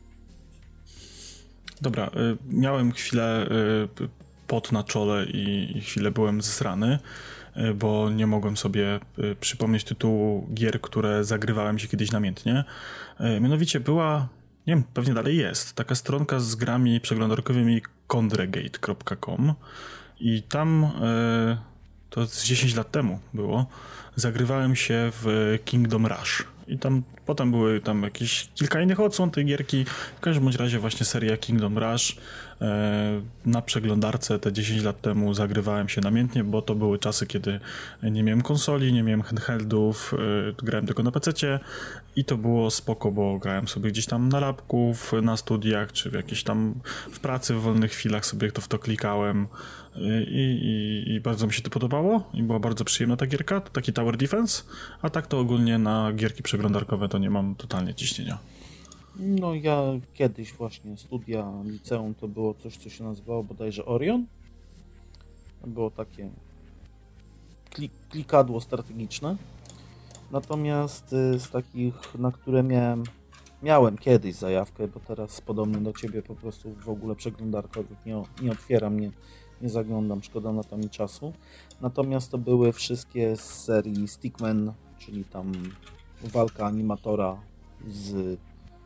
Dobra, y, miałem chwilę y, pot na czole i, i chwilę byłem zesrany, y, bo nie mogłem sobie y, przypomnieć tytułu gier, które zagrywałem się kiedyś namiętnie. Y, mianowicie była, nie wiem, pewnie dalej jest, taka stronka z grami przeglądarkowymi kondregate kropka com i tam, y, to z dziesięć lat temu było, zagrywałem się w Kingdom Rush. I tam potem były tam jakieś kilka innych odsłon tej gierki. W każdym bądź razie właśnie seria Kingdom Rush e, na przeglądarce te dziesięć lat temu zagrywałem się namiętnie, bo to były czasy, kiedy nie miałem konsoli, nie miałem handheldów, e, grałem tylko na pececie i to było spoko, bo grałem sobie gdzieś tam na lapków, na studiach, czy w jakieś tam w pracy, w wolnych chwilach sobie to w to klikałem. I, i, i bardzo mi się to podobało i była bardzo przyjemna ta gierka, to taki Tower Defense, a tak to ogólnie na gierki przeglądarkowe to nie mam totalnie ciśnienia. No ja kiedyś właśnie studia liceum to było coś, co się nazywało bodajże Orion. To było takie klik, klikadło strategiczne. Natomiast z takich, na które miałem miałem kiedyś zajawkę, bo teraz podobnie do ciebie po prostu w ogóle przeglądarkowych nie, nie otwieram, nie Nie zaglądam, szkoda na to mi czasu. Natomiast to były wszystkie z serii Stickman, czyli tam walka animatora z,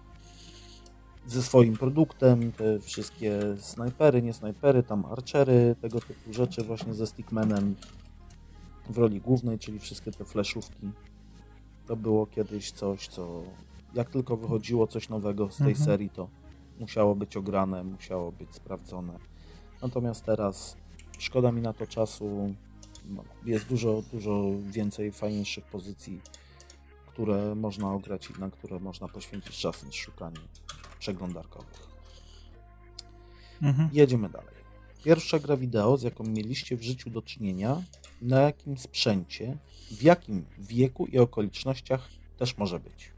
ze swoim produktem, te wszystkie snajpery, nie snajpery, tam archery, tego typu rzeczy właśnie ze Stickmanem w roli głównej, czyli wszystkie te fleszówki. To było kiedyś coś, co jak tylko wychodziło coś nowego z tej mhm. serii, to musiało być ograne, musiało być sprawdzone. Natomiast teraz szkoda mi na to czasu, no, jest dużo, dużo więcej fajniejszych pozycji, które można ograć i na które można poświęcić czas niż szukanie przeglądarkowych. Mhm. Jedziemy dalej. Pierwsza gra wideo, z jaką mieliście w życiu do czynienia, na jakim sprzęcie, w jakim wieku i okolicznościach też może być?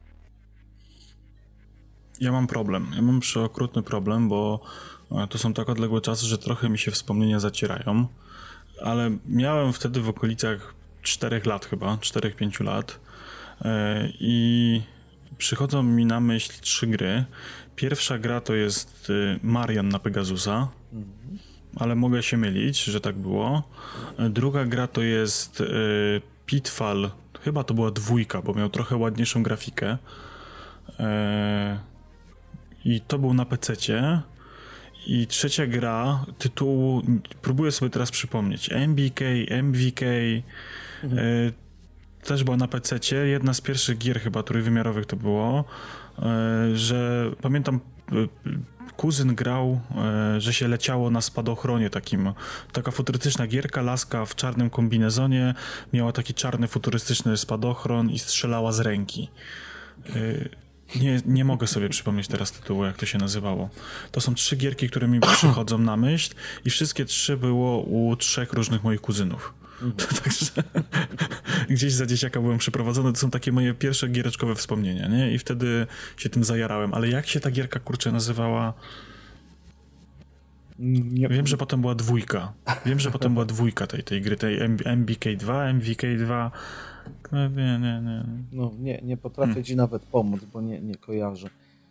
Ja mam problem. Ja mam przeokrutny problem, bo to są tak odległe czasy, że trochę mi się wspomnienia zacierają, ale miałem wtedy w okolicach czterech lat chyba, czterech pięciu lat i przychodzą mi na myśl trzy gry. Pierwsza gra to jest Marian na Pegasusa, mhm. ale mogę się mylić, że tak było. Druga gra to jest Pitfall, chyba to była dwójka, bo miał trochę ładniejszą grafikę. I to był na pececie. I trzecia gra, tytułu, próbuję sobie teraz przypomnieć, M B K, M V K, mhm. y, też była na pececie, jedna z pierwszych gier chyba trójwymiarowych to było, y, że pamiętam, y, kuzyn grał, y, że się leciało na spadochronie takim, taka futurystyczna gierka, laska w czarnym kombinezonie, miała taki czarny futurystyczny spadochron i strzelała z ręki. Y, Nie, nie mogę sobie przypomnieć teraz tytułu, jak to się nazywało. To są trzy gierki, które mi przychodzą na myśl i wszystkie trzy było u trzech różnych moich kuzynów. Mm-hmm. Także gdzieś za dzieciaka byłem przyprowadzony. To są takie moje pierwsze giereczkowe wspomnienia, nie? I wtedy się tym zajarałem. Ale jak się ta gierka, kurczę, nazywała? Nie. Wiem, że potem była dwójka. Wiem, że potem była dwójka tej, tej gry, tej M B K dwa, M V K dwa. No, nie, nie, nie. No, nie, nie potrafię hmm. ci nawet pomóc, bo nie, nie kojarzę.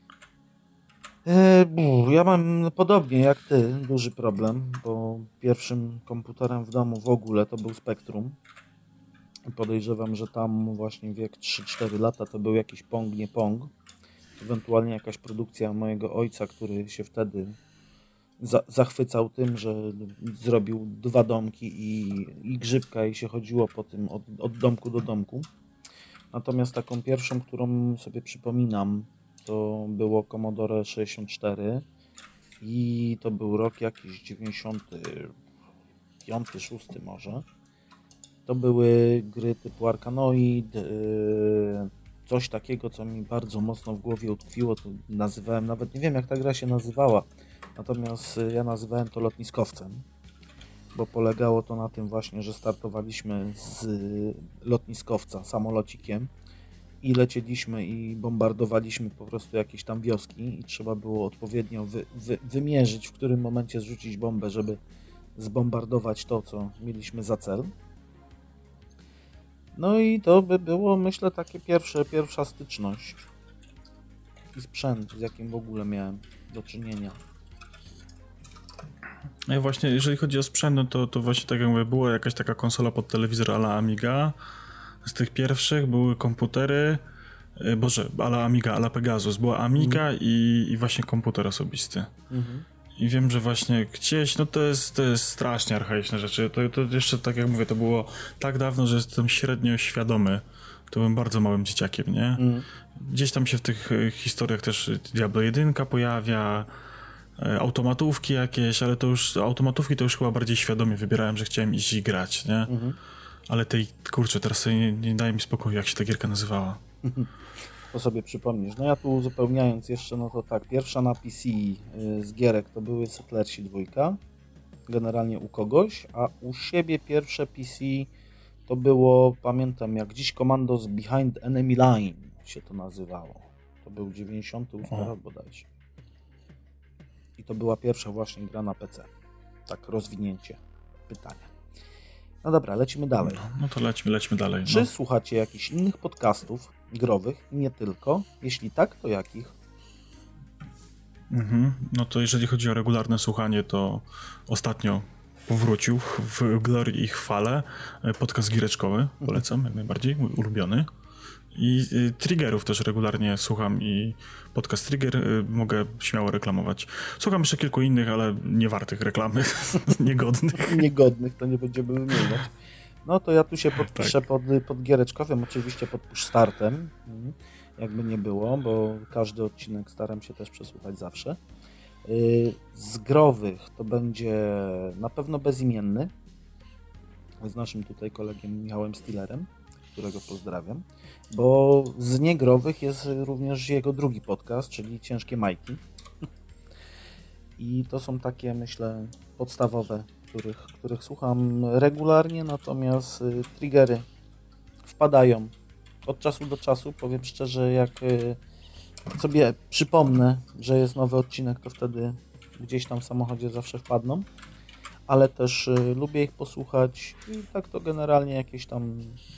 E, ja mam podobnie jak ty duży problem, bo pierwszym komputerem w domu w ogóle to był Spectrum. Podejrzewam, że tam właśnie wiek trzy cztery lata to był jakiś Pong, nie Pong. Ewentualnie jakaś produkcja mojego ojca, który się wtedy za, zachwycał tym, że zrobił dwa domki i, i grzybka i się chodziło po tym od, od domku do domku. Natomiast taką pierwszą, którą sobie przypominam, to było Commodore sześćdziesiąt cztery i to był rok jakiś dziewięćdziesiąty piąty, szósty może. To były gry typu Arkanoid, yy, coś takiego, co mi bardzo mocno w głowie utkwiło, to nazywałem, nawet nie wiem jak ta gra się nazywała, natomiast ja nazywałem to lotniskowcem, bo polegało to na tym właśnie, że startowaliśmy z lotniskowca samolocikiem i lecieliśmy i bombardowaliśmy po prostu jakieś tam wioski i trzeba było odpowiednio wy, wy, wymierzyć, w którym momencie zrzucić bombę, żeby zbombardować to, co mieliśmy za cel. No i to by było, myślę, takie pierwsze, pierwsza styczność i sprzęt, z jakim w ogóle miałem do czynienia. No i właśnie, jeżeli chodzi o sprzęt, no to, to właśnie tak jak mówię, była jakaś taka konsola pod telewizor a la Amiga. Z tych pierwszych były komputery, boże, a la Amiga, a la Pegasus. Była Amiga mhm. i, i właśnie komputer osobisty. Mhm. I wiem, że właśnie gdzieś, no to jest, to jest strasznie archaiczne rzeczy. To, to jeszcze, tak jak mówię, to było tak dawno, że jestem średnio świadomy. To byłem bardzo małym dzieciakiem, nie? Mm. Gdzieś tam się w tych historiach też Diablo jeden pojawia, automatówki jakieś, ale to już, automatówki to już chyba bardziej świadomie wybierałem, że chciałem iść i grać, nie? Mm-hmm. Ale tej, kurczę, teraz sobie nie, nie daje mi spokoju, jak się ta gierka nazywała. To sobie przypomnisz. No ja tu uzupełniając jeszcze, no to tak, pierwsza na P C z gierek to były Settlersi dwójka, generalnie u kogoś, a u siebie pierwsze P C to było, pamiętam jak dziś, Commandos Behind Enemy Line się to nazywało. To był dziewięćdziesiąty ósmy rok bodajże. I to była pierwsza właśnie gra na P C. Tak, rozwinięcie pytania. No dobra, lecimy dalej. No, no to lećmy, lećmy dalej. Czy no. słuchacie jakichś innych podcastów growych i nie tylko? Jeśli tak, to jakich? Mhm. No to jeżeli chodzi o regularne słuchanie, to ostatnio powrócił w glorii i chwale podcast giereczkowy, polecam mhm. jak najbardziej, mój ulubiony. I y, Triggerów też regularnie słucham i podcast Trigger y, mogę śmiało reklamować. Słucham jeszcze kilku innych, ale nie wartych reklamy, niegodnych. Niegodnych, to nie będziemy wymieniać. No to ja tu się podpiszę tak. pod, pod giereczkowym, oczywiście pod push startem, jakby nie było, bo każdy odcinek staram się też przesłuchać zawsze. Y, z growych to będzie na pewno bezimienny, z naszym tutaj kolegiem Michałem Stillerem, którego pozdrawiam, bo z niegrowych jest również jego drugi podcast, czyli Ciężkie Majki. I to są takie, myślę, podstawowe, których, których słucham regularnie, natomiast y, triggery wpadają od czasu do czasu. Powiem szczerze, jak y, sobie przypomnę, że jest nowy odcinek, to wtedy gdzieś tam w samochodzie zawsze wpadną, ale też y, lubię ich posłuchać i tak to generalnie jakieś tam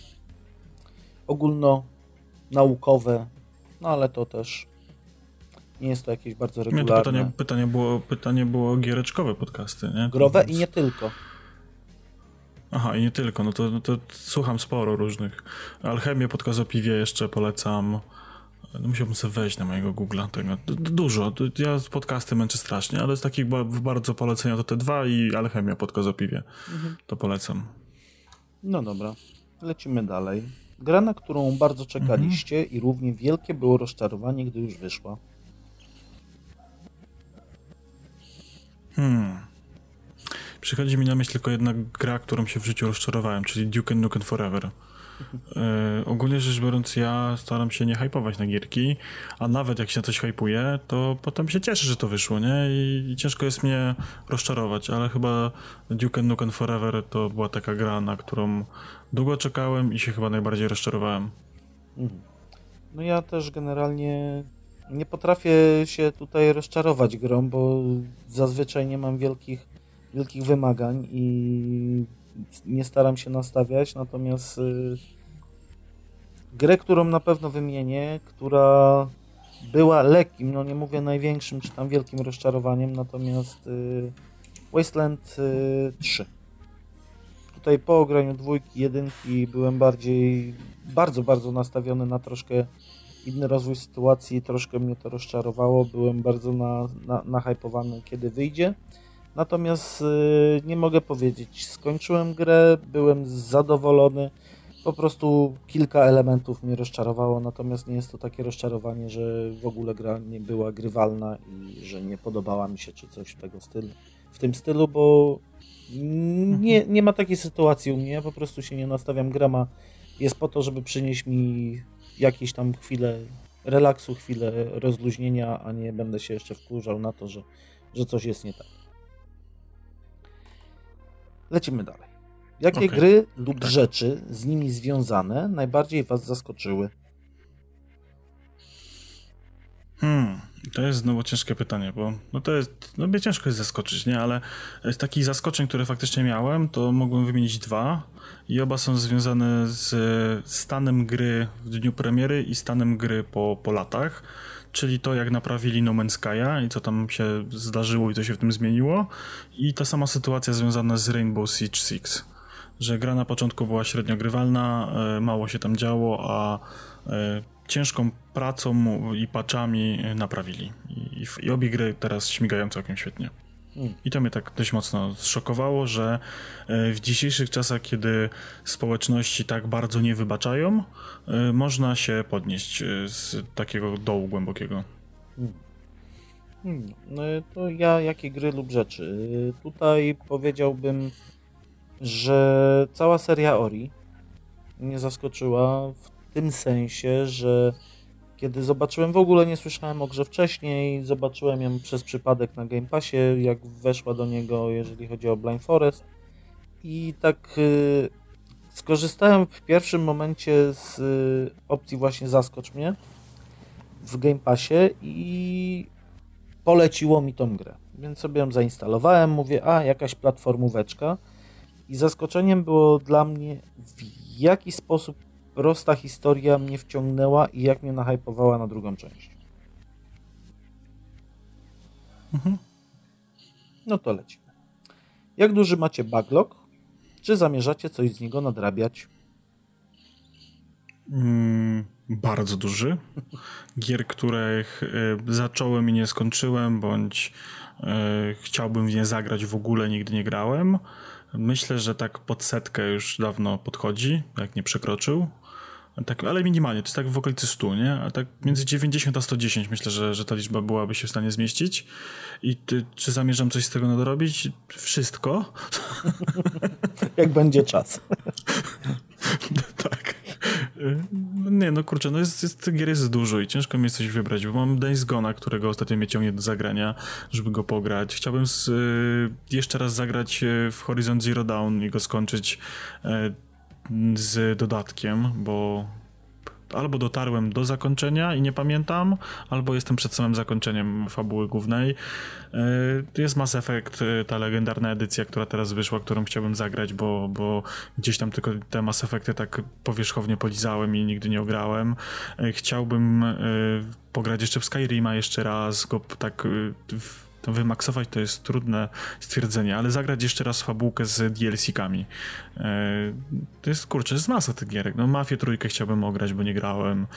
ogólnonaukowe, no ale to też nie jest to jakieś bardzo regularne. Nie, to pytanie, pytanie, było, pytanie było giereczkowe podcasty, nie? Growe Więc... i nie tylko. Aha, i nie tylko, no to, no to słucham sporo różnych. Alchemię, podcast o piwie jeszcze polecam. No musiałbym sobie wejść na mojego Google'a tego. Dużo. Ja podcasty męczę strasznie, ale z takich bardzo polecenia to te dwa i Alchemia, podcast o piwie. Mhm. To polecam. No dobra, lecimy dalej. Gra, na którą bardzo czekaliście mhm. i równie wielkie było rozczarowanie, gdy już wyszła. Hmm. Przychodzi mi na myśl tylko jedna gra, którą się w życiu rozczarowałem, czyli Duke Nukem Forever. E, ogólnie rzecz biorąc, ja staram się nie hypować na gierki, a nawet jak się na coś hypuje, to potem się cieszę, że to wyszło, nie? I, i ciężko jest mnie rozczarować, ale chyba Duke Nukem Forever to była taka gra, na którą długo czekałem i się chyba najbardziej rozczarowałem. No ja też generalnie nie potrafię się tutaj rozczarować grą, bo zazwyczaj nie mam wielkich, wielkich wymagań i nie staram się nastawiać, natomiast y, grę, którą na pewno wymienię, która była lekkim, no nie mówię największym czy tam wielkim rozczarowaniem, natomiast y, Wasteland y, trzy. Tutaj po ograniu dwójki, jedynki byłem bardziej, bardzo, bardzo nastawiony na troszkę inny rozwój sytuacji, troszkę mnie to rozczarowało, byłem bardzo na, na, nahypowany, kiedy wyjdzie. Natomiast yy, nie mogę powiedzieć, skończyłem grę, byłem zadowolony, po prostu kilka elementów mnie rozczarowało, natomiast nie jest to takie rozczarowanie, że w ogóle gra nie była grywalna i że nie podobała mi się czy coś w tego stylu, w tym stylu, bo nie, nie ma takiej sytuacji u mnie, ja po prostu się nie nastawiam, gra ma, jest po to, żeby przynieść mi jakieś tam chwilę relaksu, chwilę rozluźnienia, a nie będę się jeszcze wkurzał na to, że, że coś jest nie tak. Lecimy dalej. Jakie okay. gry lub tak. rzeczy z nimi związane najbardziej was zaskoczyły? Hmm, to jest znowu ciężkie pytanie, bo no to jest, no mnie ciężko jest zaskoczyć, nie, ale z takich zaskoczeń, które faktycznie miałem, to mogłem wymienić dwa i oba są związane z stanem gry w dniu premiery i stanem gry po, po latach, czyli to, jak naprawili No Man's Sky'a i co tam się zdarzyło i co się w tym zmieniło, i ta sama sytuacja związana z Rainbow Siege Six, że gra na początku była średnio grywalna, mało się tam działo, a ciężką pracą i patchami naprawili. I, i obie gry teraz śmigają całkiem świetnie. Mm. I to mnie tak dość mocno zszokowało, że w dzisiejszych czasach, kiedy społeczności tak bardzo nie wybaczają, można się podnieść z takiego dołu głębokiego. Mm. Hmm. No to ja jakie gry lub rzeczy? Tutaj powiedziałbym, że cała seria Ori mnie zaskoczyła w W tym sensie, że kiedy zobaczyłem, w ogóle nie słyszałem o grze wcześniej, zobaczyłem ją przez przypadek na Game Passie, jak weszła do niego, jeżeli chodzi o Blind Forest, i tak y, skorzystałem w pierwszym momencie z y, opcji właśnie Zaskocz mnie w Game Passie i poleciło mi tą grę, więc sobie ją zainstalowałem, mówię, a jakaś platformóweczka, i zaskoczeniem było dla mnie, w jaki sposób prosta historia mnie wciągnęła i jak mnie nahypowała na drugą część. Mhm. No to lecimy. Jak duży macie backlog? Czy zamierzacie coś z niego nadrabiać? Mm, bardzo duży. Gier, których y, zacząłem i nie skończyłem, bądź y, chciałbym w nie zagrać, w ogóle nigdy nie grałem. Myślę, że tak pod setkę już dawno podchodzi, jak nie przekroczył. Tak, ale minimalnie, to jest tak w okolicy stu, nie? A tak między dziewięćdziesiąt a sto dziesięć myślę, że, że ta liczba byłaby się w stanie zmieścić. I ty, czy zamierzam coś z tego nadrobić? Wszystko. Jak będzie czas. Tak. Nie nie, no kurczę, no jest, jest, gier jest dużo i ciężko mi jest coś wybrać, bo mam Days Gone'a, którego ostatnio mnie ciągnie do zagrania, żeby go pograć. Chciałbym z, y, jeszcze raz zagrać w Horizon Zero Dawn i go skończyć y, z dodatkiem, bo albo dotarłem do zakończenia i nie pamiętam, albo jestem przed samym zakończeniem fabuły głównej. Jest Mass Effect, ta legendarna edycja, która teraz wyszła, którą chciałbym zagrać, bo, bo gdzieś tam tylko te Mass Effecty tak powierzchownie polizałem i nigdy nie ograłem. Chciałbym pograć jeszcze w Skyrima jeszcze raz, go tak to wymaksować to jest trudne stwierdzenie, ale zagrać jeszcze raz fabułkę z D L C-kami. To jest, kurczę, jest masa tych gierek. No Mafię trójkę chciałbym ograć, bo nie grałem.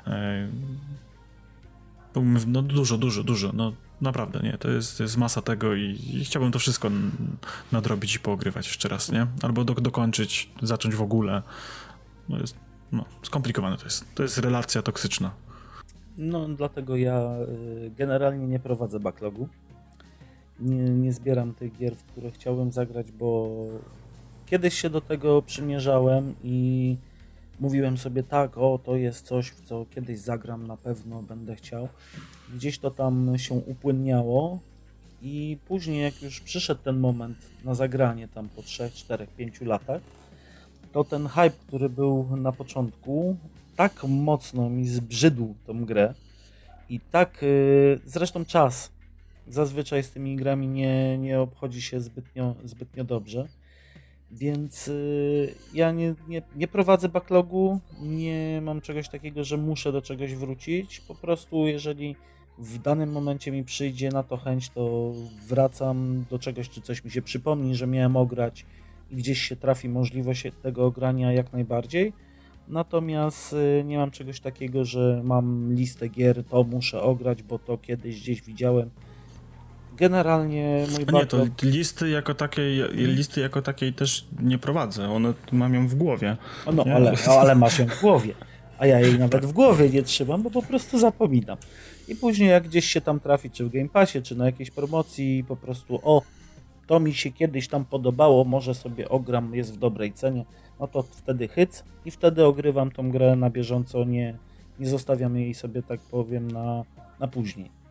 No dużo, dużo, dużo. No naprawdę, nie. To jest, to jest masa tego i, i chciałbym to wszystko nadrobić i poogrywać jeszcze raz, nie? Albo do, dokończyć, zacząć w ogóle. No jest, no, skomplikowane to jest. To jest relacja toksyczna. No, dlatego ja generalnie nie prowadzę backlogu. Nie, nie zbieram tych gier, w które chciałbym zagrać, bo kiedyś się do tego przymierzałem i mówiłem sobie tak, o to jest coś, w co kiedyś zagram, na pewno będę chciał. Gdzieś to tam się upłynniało i później jak już przyszedł ten moment na zagranie tam po trzech, czterech, pięciu latach, to ten hype, który był na początku, tak mocno mi zbrzydł tą grę i tak, yy, zresztą czas zazwyczaj z tymi grami nie, nie obchodzi się zbytnio, zbytnio dobrze, więc yy, ja nie, nie, nie prowadzę backlogu, nie mam czegoś takiego, że muszę do czegoś wrócić, po prostu jeżeli w danym momencie mi przyjdzie na to chęć, to wracam do czegoś, czy coś mi się przypomni, że miałem ograć i gdzieś się trafi możliwość tego ogrania jak najbardziej. Natomiast nie mam czegoś takiego, że mam listę gier, to muszę ograć, bo to kiedyś gdzieś widziałem. Generalnie mój backlog... Nie, to listy jako takiej, listy jako takiej też nie prowadzę, one mam ją w głowie. No, ale, no, ale masz ją w głowie, a ja jej nawet w głowie nie trzymam, bo po prostu zapominam. I później jak gdzieś się tam trafi, czy w Game Passie, czy na jakiejś promocji, po prostu o, to mi się kiedyś tam podobało, może sobie ogram, jest w dobrej cenie, no to wtedy hyc i wtedy ogrywam tą grę na bieżąco, nie, nie zostawiam jej sobie, tak powiem, na, na później.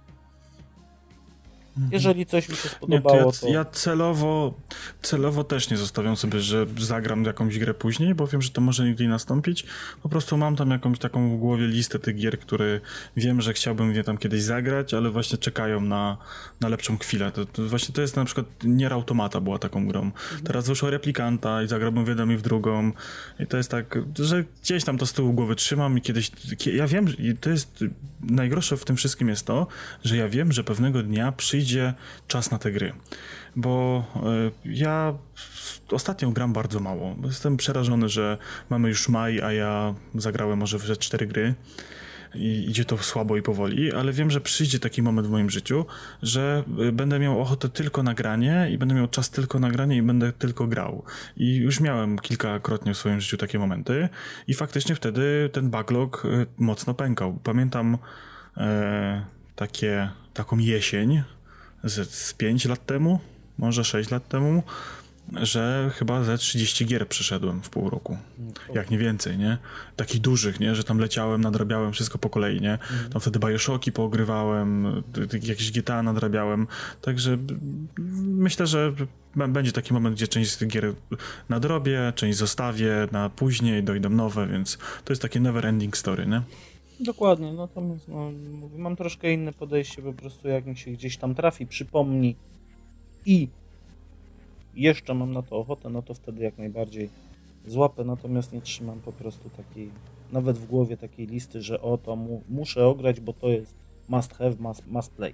Jeżeli coś mi się spodobało, nie, to, to... ja, ja celowo, celowo też nie zostawiam sobie, że zagram jakąś grę później, bo wiem, że to może nigdy nie nastąpić. Po prostu mam tam jakąś taką w głowie listę tych gier, które wiem, że chciałbym je tam kiedyś zagrać, ale właśnie czekają na, na lepszą chwilę. To, to właśnie to jest na przykład Nier Automata była taką grą. Mhm. Teraz wyszła Replikanta i zagrałbym w jedną i w drugą. I to jest tak, że gdzieś tam to z tyłu głowy trzymam i kiedyś... Ja wiem, i to jest... Najgorsze w tym wszystkim jest to, że ja wiem, że pewnego dnia przyjdzie czas na te gry, bo y, ja ostatnio gram bardzo mało. Jestem przerażony, że mamy już maj, a ja zagrałem może w cztery gry i idzie to słabo i powoli, ale wiem, że przyjdzie taki moment w moim życiu, że będę miał ochotę tylko na granie i będę miał czas tylko na granie i będę tylko grał. I już miałem kilkakrotnie w swoim życiu takie momenty i faktycznie wtedy ten backlog mocno pękał. Pamiętam e, takie, taką jesień z, z pięć lat temu, może sześć lat temu, że chyba ze trzydzieści gier przeszedłem w pół roku. Jak nie więcej, nie? Takich dużych, nie? Że tam leciałem, nadrabiałem wszystko po kolei, nie? Tam wtedy Bioshocki poogrywałem, jakieś G T A nadrabiałem. Także myślę, że będzie taki moment, gdzie część z tych gier nadrobię, część zostawię na później, dojdą nowe, więc to jest takie never ending story, nie? Dokładnie, natomiast no, mam troszkę inne podejście, po prostu jak mi się gdzieś tam trafi, przypomni i jeszcze mam na to ochotę, no to wtedy jak najbardziej złapę, natomiast nie trzymam po prostu takiej, nawet w głowie takiej listy, że o to mu, muszę ograć, bo to jest must have, must, must play.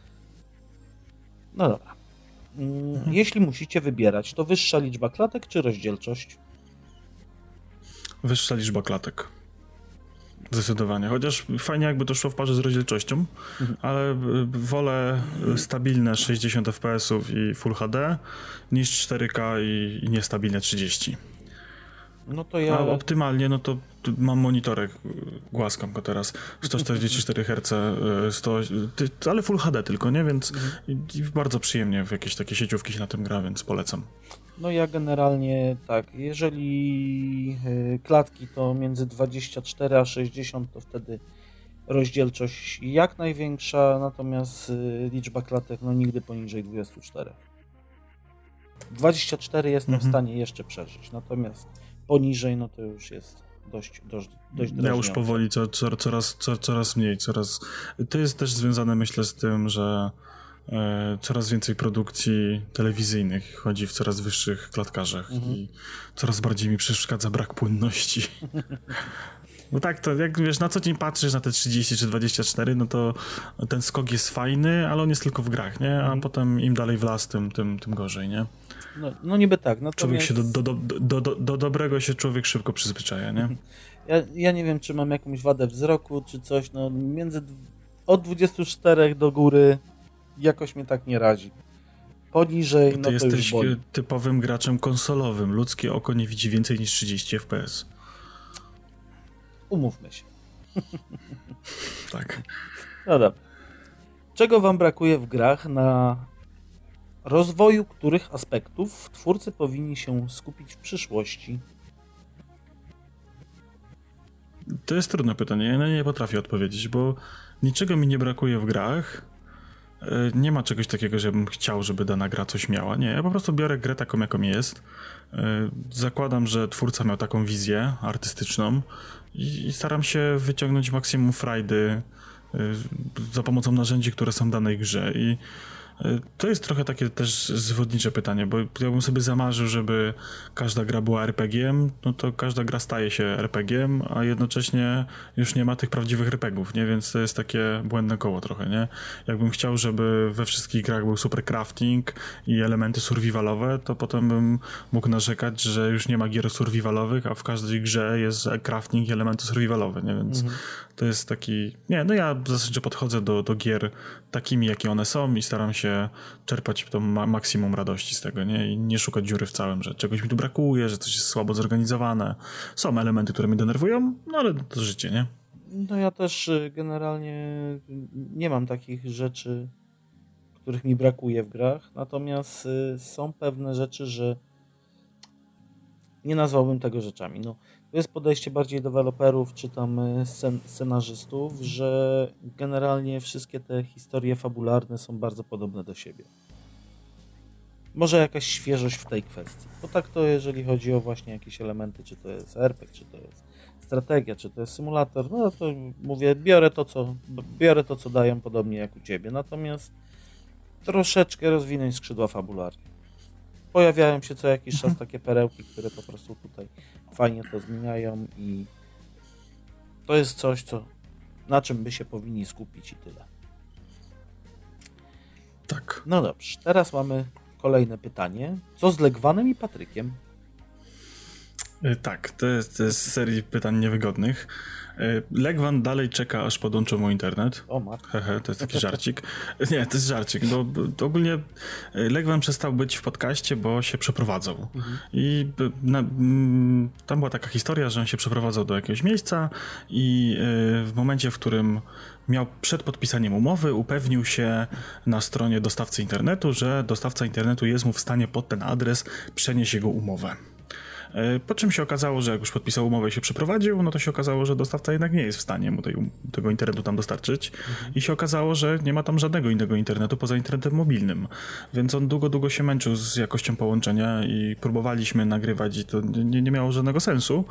No dobra. Mhm. Jeśli musicie wybierać, to wyższa liczba klatek czy rozdzielczość? Wyższa liczba klatek. Zdecydowanie. Chociaż fajnie jakby to szło w parze z rozdzielczością, mhm. ale wolę stabilne sześćdziesiąt F P S ów i Full H D niż cztery K i, i niestabilne trzydzieści. No to ja... A optymalnie, no to mam monitorek, głaskam go teraz, sto czterdzieści cztery herce, sto, ale Full H D tylko, nie? Więc mhm. i, i bardzo przyjemnie w jakieś takie sieciówki się na tym gra, więc polecam. No ja generalnie tak, jeżeli klatki to między dwadzieścia cztery a sześćdziesiąt, to wtedy rozdzielczość jak największa, natomiast liczba klatek no nigdy poniżej dwadzieścia cztery. dwadzieścia cztery jestem mhm. w stanie jeszcze przeżyć, natomiast poniżej no to już jest dość, dość, dość Ja już powoli co, co, coraz, co, coraz mniej, coraz... To jest też związane myślę z tym, że e, coraz więcej produkcji telewizyjnych chodzi w coraz wyższych klatkarzach mhm. i coraz bardziej mi przeszkadza brak płynności. No tak, to jak wiesz, na co dzień patrzysz na te trzydzieści czy dwadzieścia cztery, no to ten skok jest fajny, ale on jest tylko w grach, nie? A mhm. potem im dalej w las, tym, tym, tym gorzej, nie? No, no niby tak. Natomiast... Człowiek się do, do, do, do, do, do dobrego się człowiek szybko przyzwyczaja, nie? Ja, ja nie wiem, czy mam jakąś wadę wzroku, czy coś, no między od dwudziestu czterech do góry jakoś mnie tak nie razi. Poniżej, no to jesteś już boli. Typowym graczem konsolowym. Ludzkie oko nie widzi więcej niż trzydzieści F P S. Umówmy się. Tak. No dobra. Czego wam brakuje w grach, na rozwoju których aspektów twórcy powinni się skupić w przyszłości? To jest trudne pytanie. Ja na nie potrafię odpowiedzieć, bo niczego mi nie brakuje w grach. Nie ma czegoś takiego, żebym chciał, żeby dana gra coś miała. Nie, ja po prostu biorę grę taką, jaką jest. Zakładam, że twórca miał taką wizję artystyczną i staram się wyciągnąć maksimum frajdy za pomocą narzędzi, które są w danej grze. I to jest trochę takie też zwodnicze pytanie, bo jakbym sobie zamarzył, żeby każda gra była er pe gie em, no to każda gra staje się er pe gie em, a jednocześnie już nie ma tych prawdziwych er pe gie ów, nie? Więc to jest takie błędne koło trochę, nie? Jakbym chciał, żeby we wszystkich grach był super crafting i elementy survivalowe, to potem bym mógł narzekać, że już nie ma gier survivalowych, a w każdej grze jest crafting i elementy survivalowe, nie? Więc mhm. to jest taki... Nie, no ja w zasadzie podchodzę do, do gier takimi, jakie one są i staram się czerpać to ma- maksimum radości z tego, nie? I nie szukać dziury w całym, że czegoś mi tu brakuje, że coś jest słabo zorganizowane. Są elementy, które mnie denerwują, no ale to życie, nie? No ja też generalnie nie mam takich rzeczy, których mi brakuje w grach, natomiast są pewne rzeczy, że nie nazwałbym tego rzeczami. No, to jest podejście bardziej deweloperów czy tam scen- scenarzystów, że generalnie wszystkie te historie fabularne są bardzo podobne do siebie. Może jakaś świeżość w tej kwestii. Bo tak to jeżeli chodzi o właśnie jakieś elementy, czy to jest er pe gie, czy to jest strategia, czy to jest symulator, no to mówię, biorę to, co, biorę to, co dają podobnie jak u ciebie. Natomiast troszeczkę rozwinąć skrzydła fabularne. Pojawiają się co jakiś czas takie perełki, które po prostu tutaj fajnie to zmieniają i to jest coś, co, na czym by się powinni skupić i tyle. Tak. No dobrze, teraz mamy kolejne pytanie. Co z Legwanem i Patrykiem? Tak, to jest, to jest z serii pytań niewygodnych. Legwan dalej czeka, aż podłączą mu internet. O matko. Hehe, to jest taki żarcik. Nie, to jest żarcik, bo ogólnie Legwan przestał być w podcaście, bo się przeprowadzał. Mhm. I na, m, tam była taka historia, że on się przeprowadzał do jakiegoś miejsca i y, w momencie, w którym miał przed podpisaniem umowy, upewnił się na stronie dostawcy internetu, że dostawca internetu jest mu w stanie pod ten adres przenieść jego umowę. Po czym się okazało, że jak już podpisał umowę i się przeprowadził, no to się okazało, że dostawca jednak nie jest w stanie mu tej, tego internetu tam dostarczyć. Mhm. I się okazało, że nie ma tam żadnego innego internetu poza internetem mobilnym. Więc on długo, długo się męczył z jakością połączenia i próbowaliśmy nagrywać i to nie, nie miało żadnego sensu.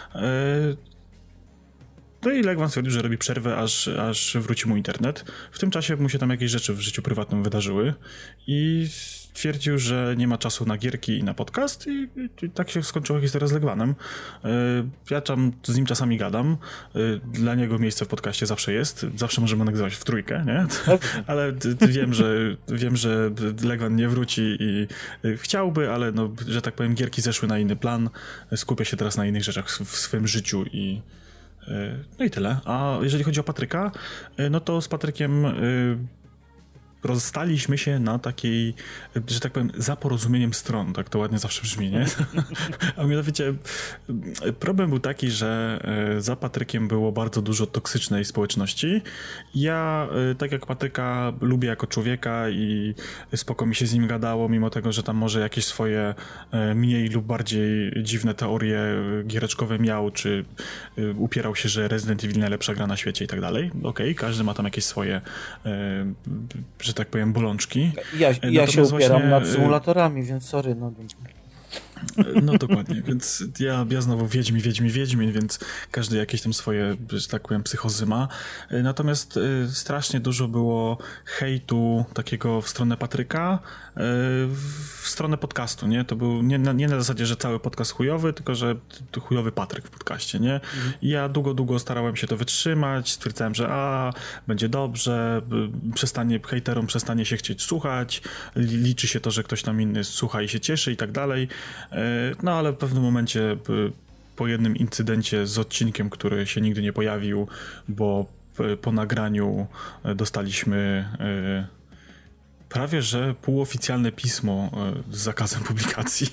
No i Legwan stwierdził, że robi przerwę, aż, aż wróci mu internet. W tym czasie mu się tam jakieś rzeczy w życiu prywatnym wydarzyły i stwierdził, że nie ma czasu na gierki i na podcast i, i tak się skończyła historia z Legwanem. Ja tam z nim czasami gadam. Dla niego miejsce w podcaście zawsze jest. Zawsze możemy nagrywać w trójkę, nie? Ale wiem, że wiem, że Legwan nie wróci i chciałby, ale no, że tak powiem, gierki zeszły na inny plan. Skupia się teraz na innych rzeczach w swoim życiu i no i tyle. A jeżeli chodzi o Patryka, no to z Patrykiem rozstaliśmy się na takiej, że tak powiem, za porozumieniem stron, tak to ładnie zawsze brzmi, nie? A mianowicie problem był taki, że za Patrykiem było bardzo dużo toksycznej społeczności. Ja, tak jak Patryka, lubię jako człowieka i spoko mi się z nim gadało, mimo tego, że tam może jakieś swoje mniej lub bardziej dziwne teorie giereczkowe miał, czy upierał się, że Resident Evil najlepsza gra na świecie i tak dalej. Okej, okay, każdy ma tam jakieś swoje, że tak powiem, bolączki. Ja, ja się upieram właśnie nad symulatorami, więc sorry. No. No dokładnie, więc ja, ja znowu Wiedźmi, Wiedźmi, Wiedźmin, więc każdy jakieś tam swoje, że tak powiem, psychozy ma. Natomiast y, strasznie dużo było hejtu takiego w stronę Patryka, y, w stronę podcastu, nie? To był nie, nie na zasadzie, że cały podcast chujowy, tylko że to chujowy Patryk w podcaście, nie? Mhm. I ja długo, długo starałem się to wytrzymać, stwierdzałem, że a, będzie dobrze, przestanie, hejterom przestanie się chcieć słuchać, liczy się to, że ktoś tam inny słucha i się cieszy i tak dalej. No ale w pewnym momencie po jednym incydencie z odcinkiem, który się nigdy nie pojawił, bo po nagraniu dostaliśmy prawie że półoficjalne pismo z zakazem publikacji.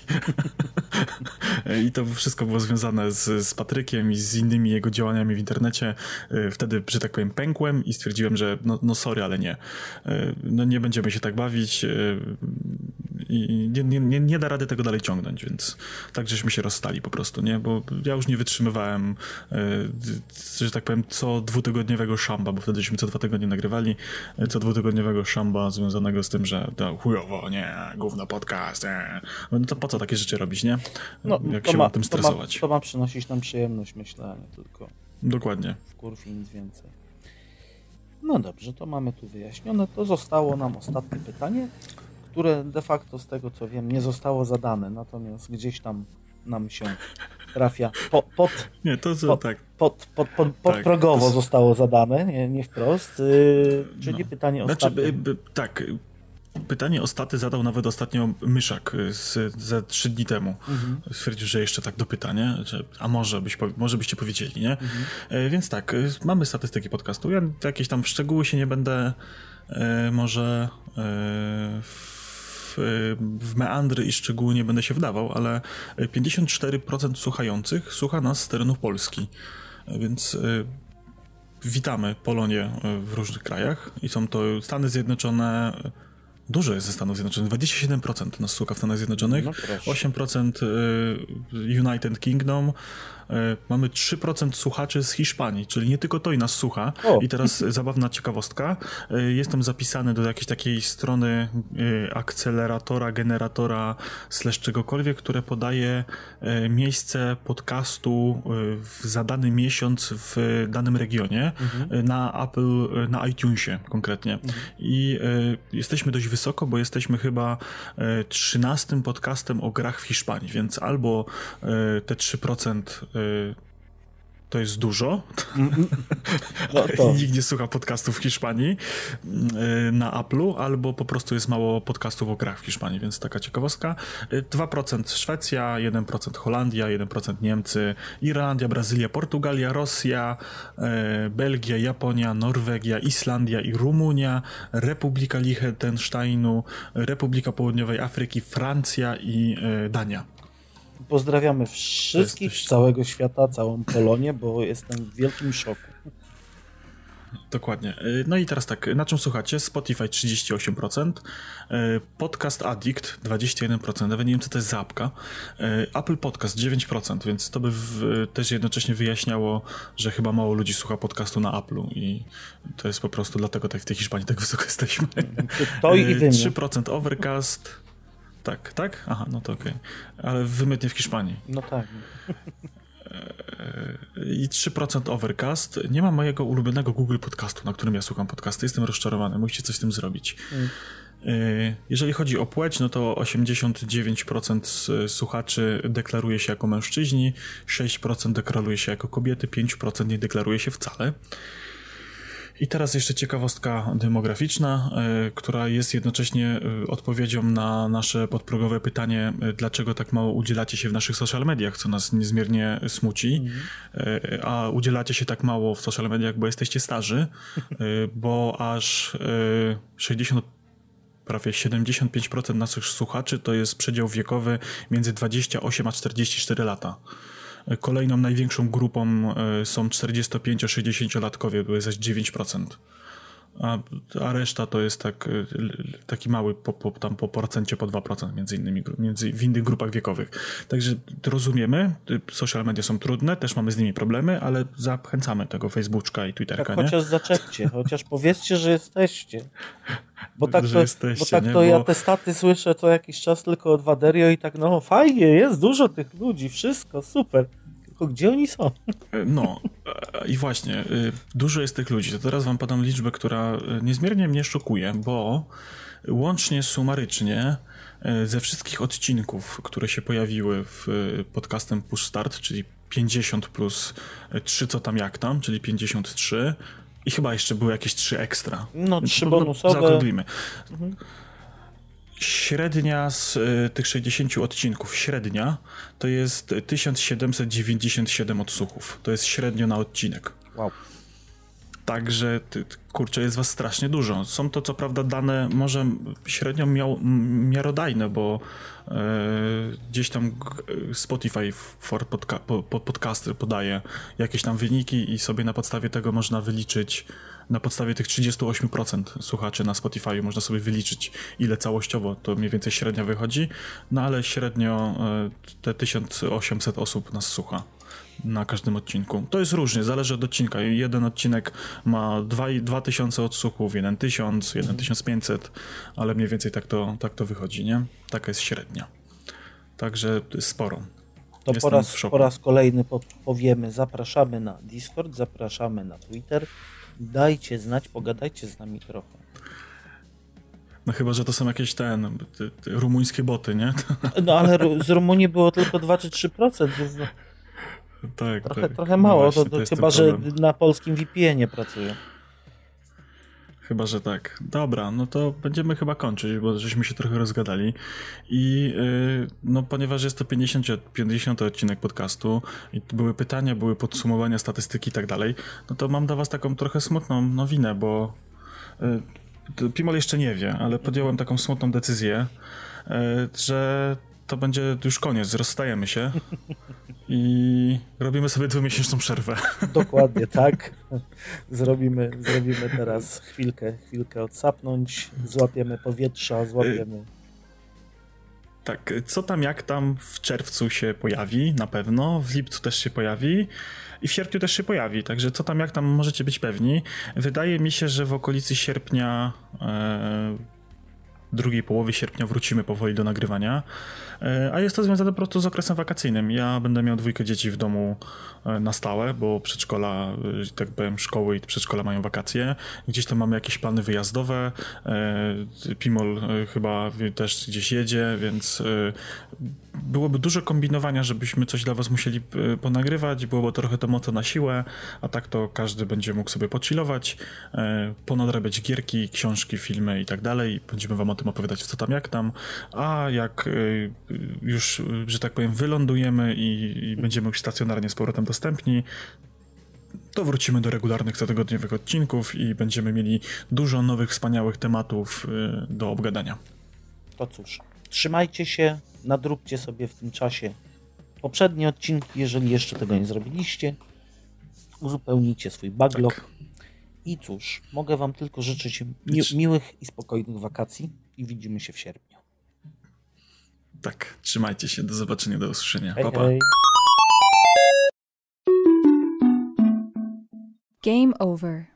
I to wszystko było związane z, z Patrykiem i z innymi jego działaniami w internecie. Wtedy, że tak powiem, pękłem i stwierdziłem, że no, no sorry, ale nie. No nie będziemy się tak bawić i nie, nie, nie da rady tego dalej ciągnąć, więc tak żeśmy się rozstali po prostu, nie? Bo ja już nie wytrzymywałem, że tak powiem, co dwutygodniowego szamba, bo wtedy żeśmy co dwa tygodnie nagrywali, co dwutygodniowego szamba związanego z tym, że to chujowo, nie, gówno podcast, nie. No to po co takie rzeczy robić, nie? No, jak to się ma, o tym stresować. To ma, to ma przynosić nam przyjemność, myślę, a nie tylko dokładnie. wkurw i nic więcej. No dobrze, to mamy tu wyjaśnione. To zostało nam ostatnie pytanie, które de facto z tego co wiem nie zostało zadane, natomiast gdzieś tam nam się trafia po, pod, nie, to, to, pod, tak. pod, pod, pod, podprogowo tak, zostało zadane, nie, nie wprost, yy, czyli no. pytanie znaczy, ostatnie. By, by, tak, pytanie o staty zadał nawet ostatnio Myszak z, ze trzy dni temu. Mhm. Stwierdził, że jeszcze tak dopyta, nie? Że, a może, byś, może byście powiedzieli, nie? Mhm. E, więc tak, mamy statystyki podcastu. Ja jakieś tam w szczegóły się nie będę e, może e, w, w meandry i szczegóły nie będę się wdawał, ale pięćdziesiąt cztery procent słuchających słucha nas z terenów Polski. Więc e, witamy Polonię w różnych krajach i są to Stany Zjednoczone. Dużo jest ze Stanów Zjednoczonych, dwadzieścia siedem procent nas słucha w Stanach Zjednoczonych, no osiem procent United Kingdom, mamy trzy procent słuchaczy z Hiszpanii, czyli nie tylko to i nas słucha. O. I teraz zabawna ciekawostka, jestem zapisany do jakiejś takiej strony akceleratora, generatora, slash czegokolwiek, które podaje miejsce podcastu za dany miesiąc w danym regionie, mhm. na Apple, na iTunesie konkretnie. Mhm. I jesteśmy dość wysoko, bo jesteśmy chyba trzynastym podcastem o grach w Hiszpanii, więc albo te trzy procent to jest dużo. No to. Nikt nie słucha podcastów w Hiszpanii na Apple'u, albo po prostu jest mało podcastów o grach w Hiszpanii, więc taka ciekawostka. dwa procent Szwecja, jeden procent Holandia, jeden procent Niemcy, Irlandia, Brazylia, Portugalia, Rosja, Belgia, Japonia, Norwegia, Islandia i Rumunia, Republika Liechtensteinu, Republika Południowej Afryki, Francja i Dania. Pozdrawiamy wszystkich z całego świata, całą Polonię, bo jestem w wielkim szoku. Dokładnie. No i teraz tak, na czym słuchacie? Spotify trzydzieści osiem procent, Podcast Addict dwadzieścia jeden procent, nawet nie wiem co to jest za apka, Apple Podcast dziewięć procent, więc to by w, też jednocześnie wyjaśniało, że chyba mało ludzi słucha podcastu na Apple'u i to jest po prostu dlatego tak w tej Hiszpanii tak wysoko jesteśmy. To i wy, trzy procent Overcast. Tak, tak? Aha, no to okej. Okay. Ale wymytnie w Hiszpanii. No tak. I trzy procent Overcast. Nie ma mojego ulubionego Google Podcastu, na którym ja słucham podcasty. Jestem rozczarowany. Musicie coś z tym zrobić. Mm. Jeżeli chodzi o płeć, no to osiemdziesiąt dziewięć procent słuchaczy deklaruje się jako mężczyźni, sześć procent deklaruje się jako kobiety, pięć procent nie deklaruje się wcale. I teraz jeszcze ciekawostka demograficzna, y, która jest jednocześnie y, odpowiedzią na nasze podprogowe pytanie, y, dlaczego tak mało udzielacie się w naszych social mediach, co nas niezmiernie smuci, mm. y, a udzielacie się tak mało w social mediach, bo jesteście starzy, y, bo aż y, sześćdziesiąt prawie siedemdziesiąt pięć procent naszych słuchaczy to jest przedział wiekowy między dwadzieścia osiem a czterdzieści cztery lata. Kolejną największą grupą są czterdziesto-pięcio-sześćdziesięciolatkowie, to jest zaś dziewięć procent. A, a reszta to jest tak, taki mały po, po, tam po procencie, po dwa procent między innymi między, w innych grupach wiekowych. Także rozumiemy, social media są trudne, też mamy z nimi problemy, ale zachęcamy tego Facebooka i Twitterka. Tak, nie? chociaż zaczepcie, chociaż powiedzcie, że jesteście. Bo tak że to, jesteście, bo tak nie? to Bo... ja te staty słyszę co jakiś czas tylko od Waderio i tak no fajnie, jest dużo tych ludzi, wszystko, super. Tylko gdzie oni są? No i właśnie, dużo jest tych ludzi. To teraz wam podam liczbę, która niezmiernie mnie szokuje, bo łącznie, sumarycznie ze wszystkich odcinków, które się pojawiły w podcastem Push Start, czyli pięćdziesiąt plus trzy co tam jak tam, czyli pięćdziesiąt trzy i chyba jeszcze były jakieś trzy ekstra. No trzy bonusowe. Zaokrąglimy. Mhm. Średnia z y, tych sześćdziesięciu odcinków, średnia to jest tysiąc siedemset dziewięćdziesiąt siedem odsłuchów. To jest średnio na odcinek. Wow. Także, ty, kurczę, jest was strasznie dużo. Są to co prawda dane może średnio miał, miarodajne, bo y, gdzieś tam Spotify for podca- po, po, podcasty podaje jakieś tam wyniki i sobie na podstawie tego można wyliczyć, na podstawie tych trzydzieści osiem procent słuchaczy na Spotify można sobie wyliczyć, ile całościowo to mniej więcej średnia wychodzi, no ale średnio te tysiąc osiemset osób nas słucha na każdym odcinku. To jest różnie, zależy od odcinka. Jeden odcinek ma dwa tysiące odsłuchów, jeden tysiąc, jeden tysiąc pięćset, ale mniej więcej tak to, tak to wychodzi, nie? Taka jest średnia. Także sporo. To po raz, po raz kolejny powiemy, zapraszamy na Discord, zapraszamy na Twitter. Dajcie znać, pogadajcie z nami trochę. No chyba, że to są jakieś ten, te, te rumuńskie boty, nie? No ale z Rumunii było tylko dwa czy trzy procent, więc no, tak, trochę, tak. trochę mało, no właśnie, to, to, to chyba, że na polskim V P N-ie pracują. Chyba, że tak. Dobra, no to będziemy chyba kończyć, bo żeśmy się trochę rozgadali. I yy, no ponieważ jest to pięćdziesiąty, pięćdziesiąty odcinek podcastu i były pytania, były podsumowania, statystyki i tak dalej, no to mam dla was taką trochę smutną nowinę, bo yy, Pimol jeszcze nie wie, ale podjąłem taką smutną decyzję, yy, że to będzie już koniec, rozstajemy się i robimy sobie dwumiesięczną przerwę. Dokładnie tak. Zrobimy, zrobimy teraz chwilkę, chwilkę odsapnąć, złapiemy powietrza, złapiemy... Tak, co tam jak tam w czerwcu się pojawi, na pewno, w lipcu też się pojawi i w sierpniu też się pojawi, także co tam jak tam możecie być pewni. Wydaje mi się, że w okolicy sierpnia... E, drugiej połowy sierpnia wrócimy powoli do nagrywania, a jest to związane po prostu z okresem wakacyjnym. Ja będę miał dwójkę dzieci w domu na stałe, bo przedszkola, tak powiem, szkoły i przedszkola mają wakacje. Gdzieś tam mamy jakieś plany wyjazdowe. Pimol chyba też gdzieś jedzie, więc byłoby dużo kombinowania, żebyśmy coś dla was musieli ponagrywać, byłoby trochę to mocno na siłę, a tak to każdy będzie mógł sobie pochillować, ponadrabiać gierki, książki, filmy i tak dalej. Będziemy wam o tym opowiadać co tam jak tam, a jak już, że tak powiem, wylądujemy i, i będziemy już stacjonarnie z powrotem dostępni, to wrócimy do regularnych cotygodniowych odcinków i będziemy mieli dużo nowych, wspaniałych tematów do obgadania. To cóż, trzymajcie się, nadróbcie sobie w tym czasie poprzednie odcinki, jeżeli jeszcze tego nie zrobiliście. Uzupełnijcie swój backlog. Tak. I cóż, mogę wam tylko życzyć mi miłych i spokojnych wakacji i widzimy się w sierpniu. Tak, trzymajcie się, do zobaczenia, do usłyszenia. Hej, pa, pa. hej. Game over.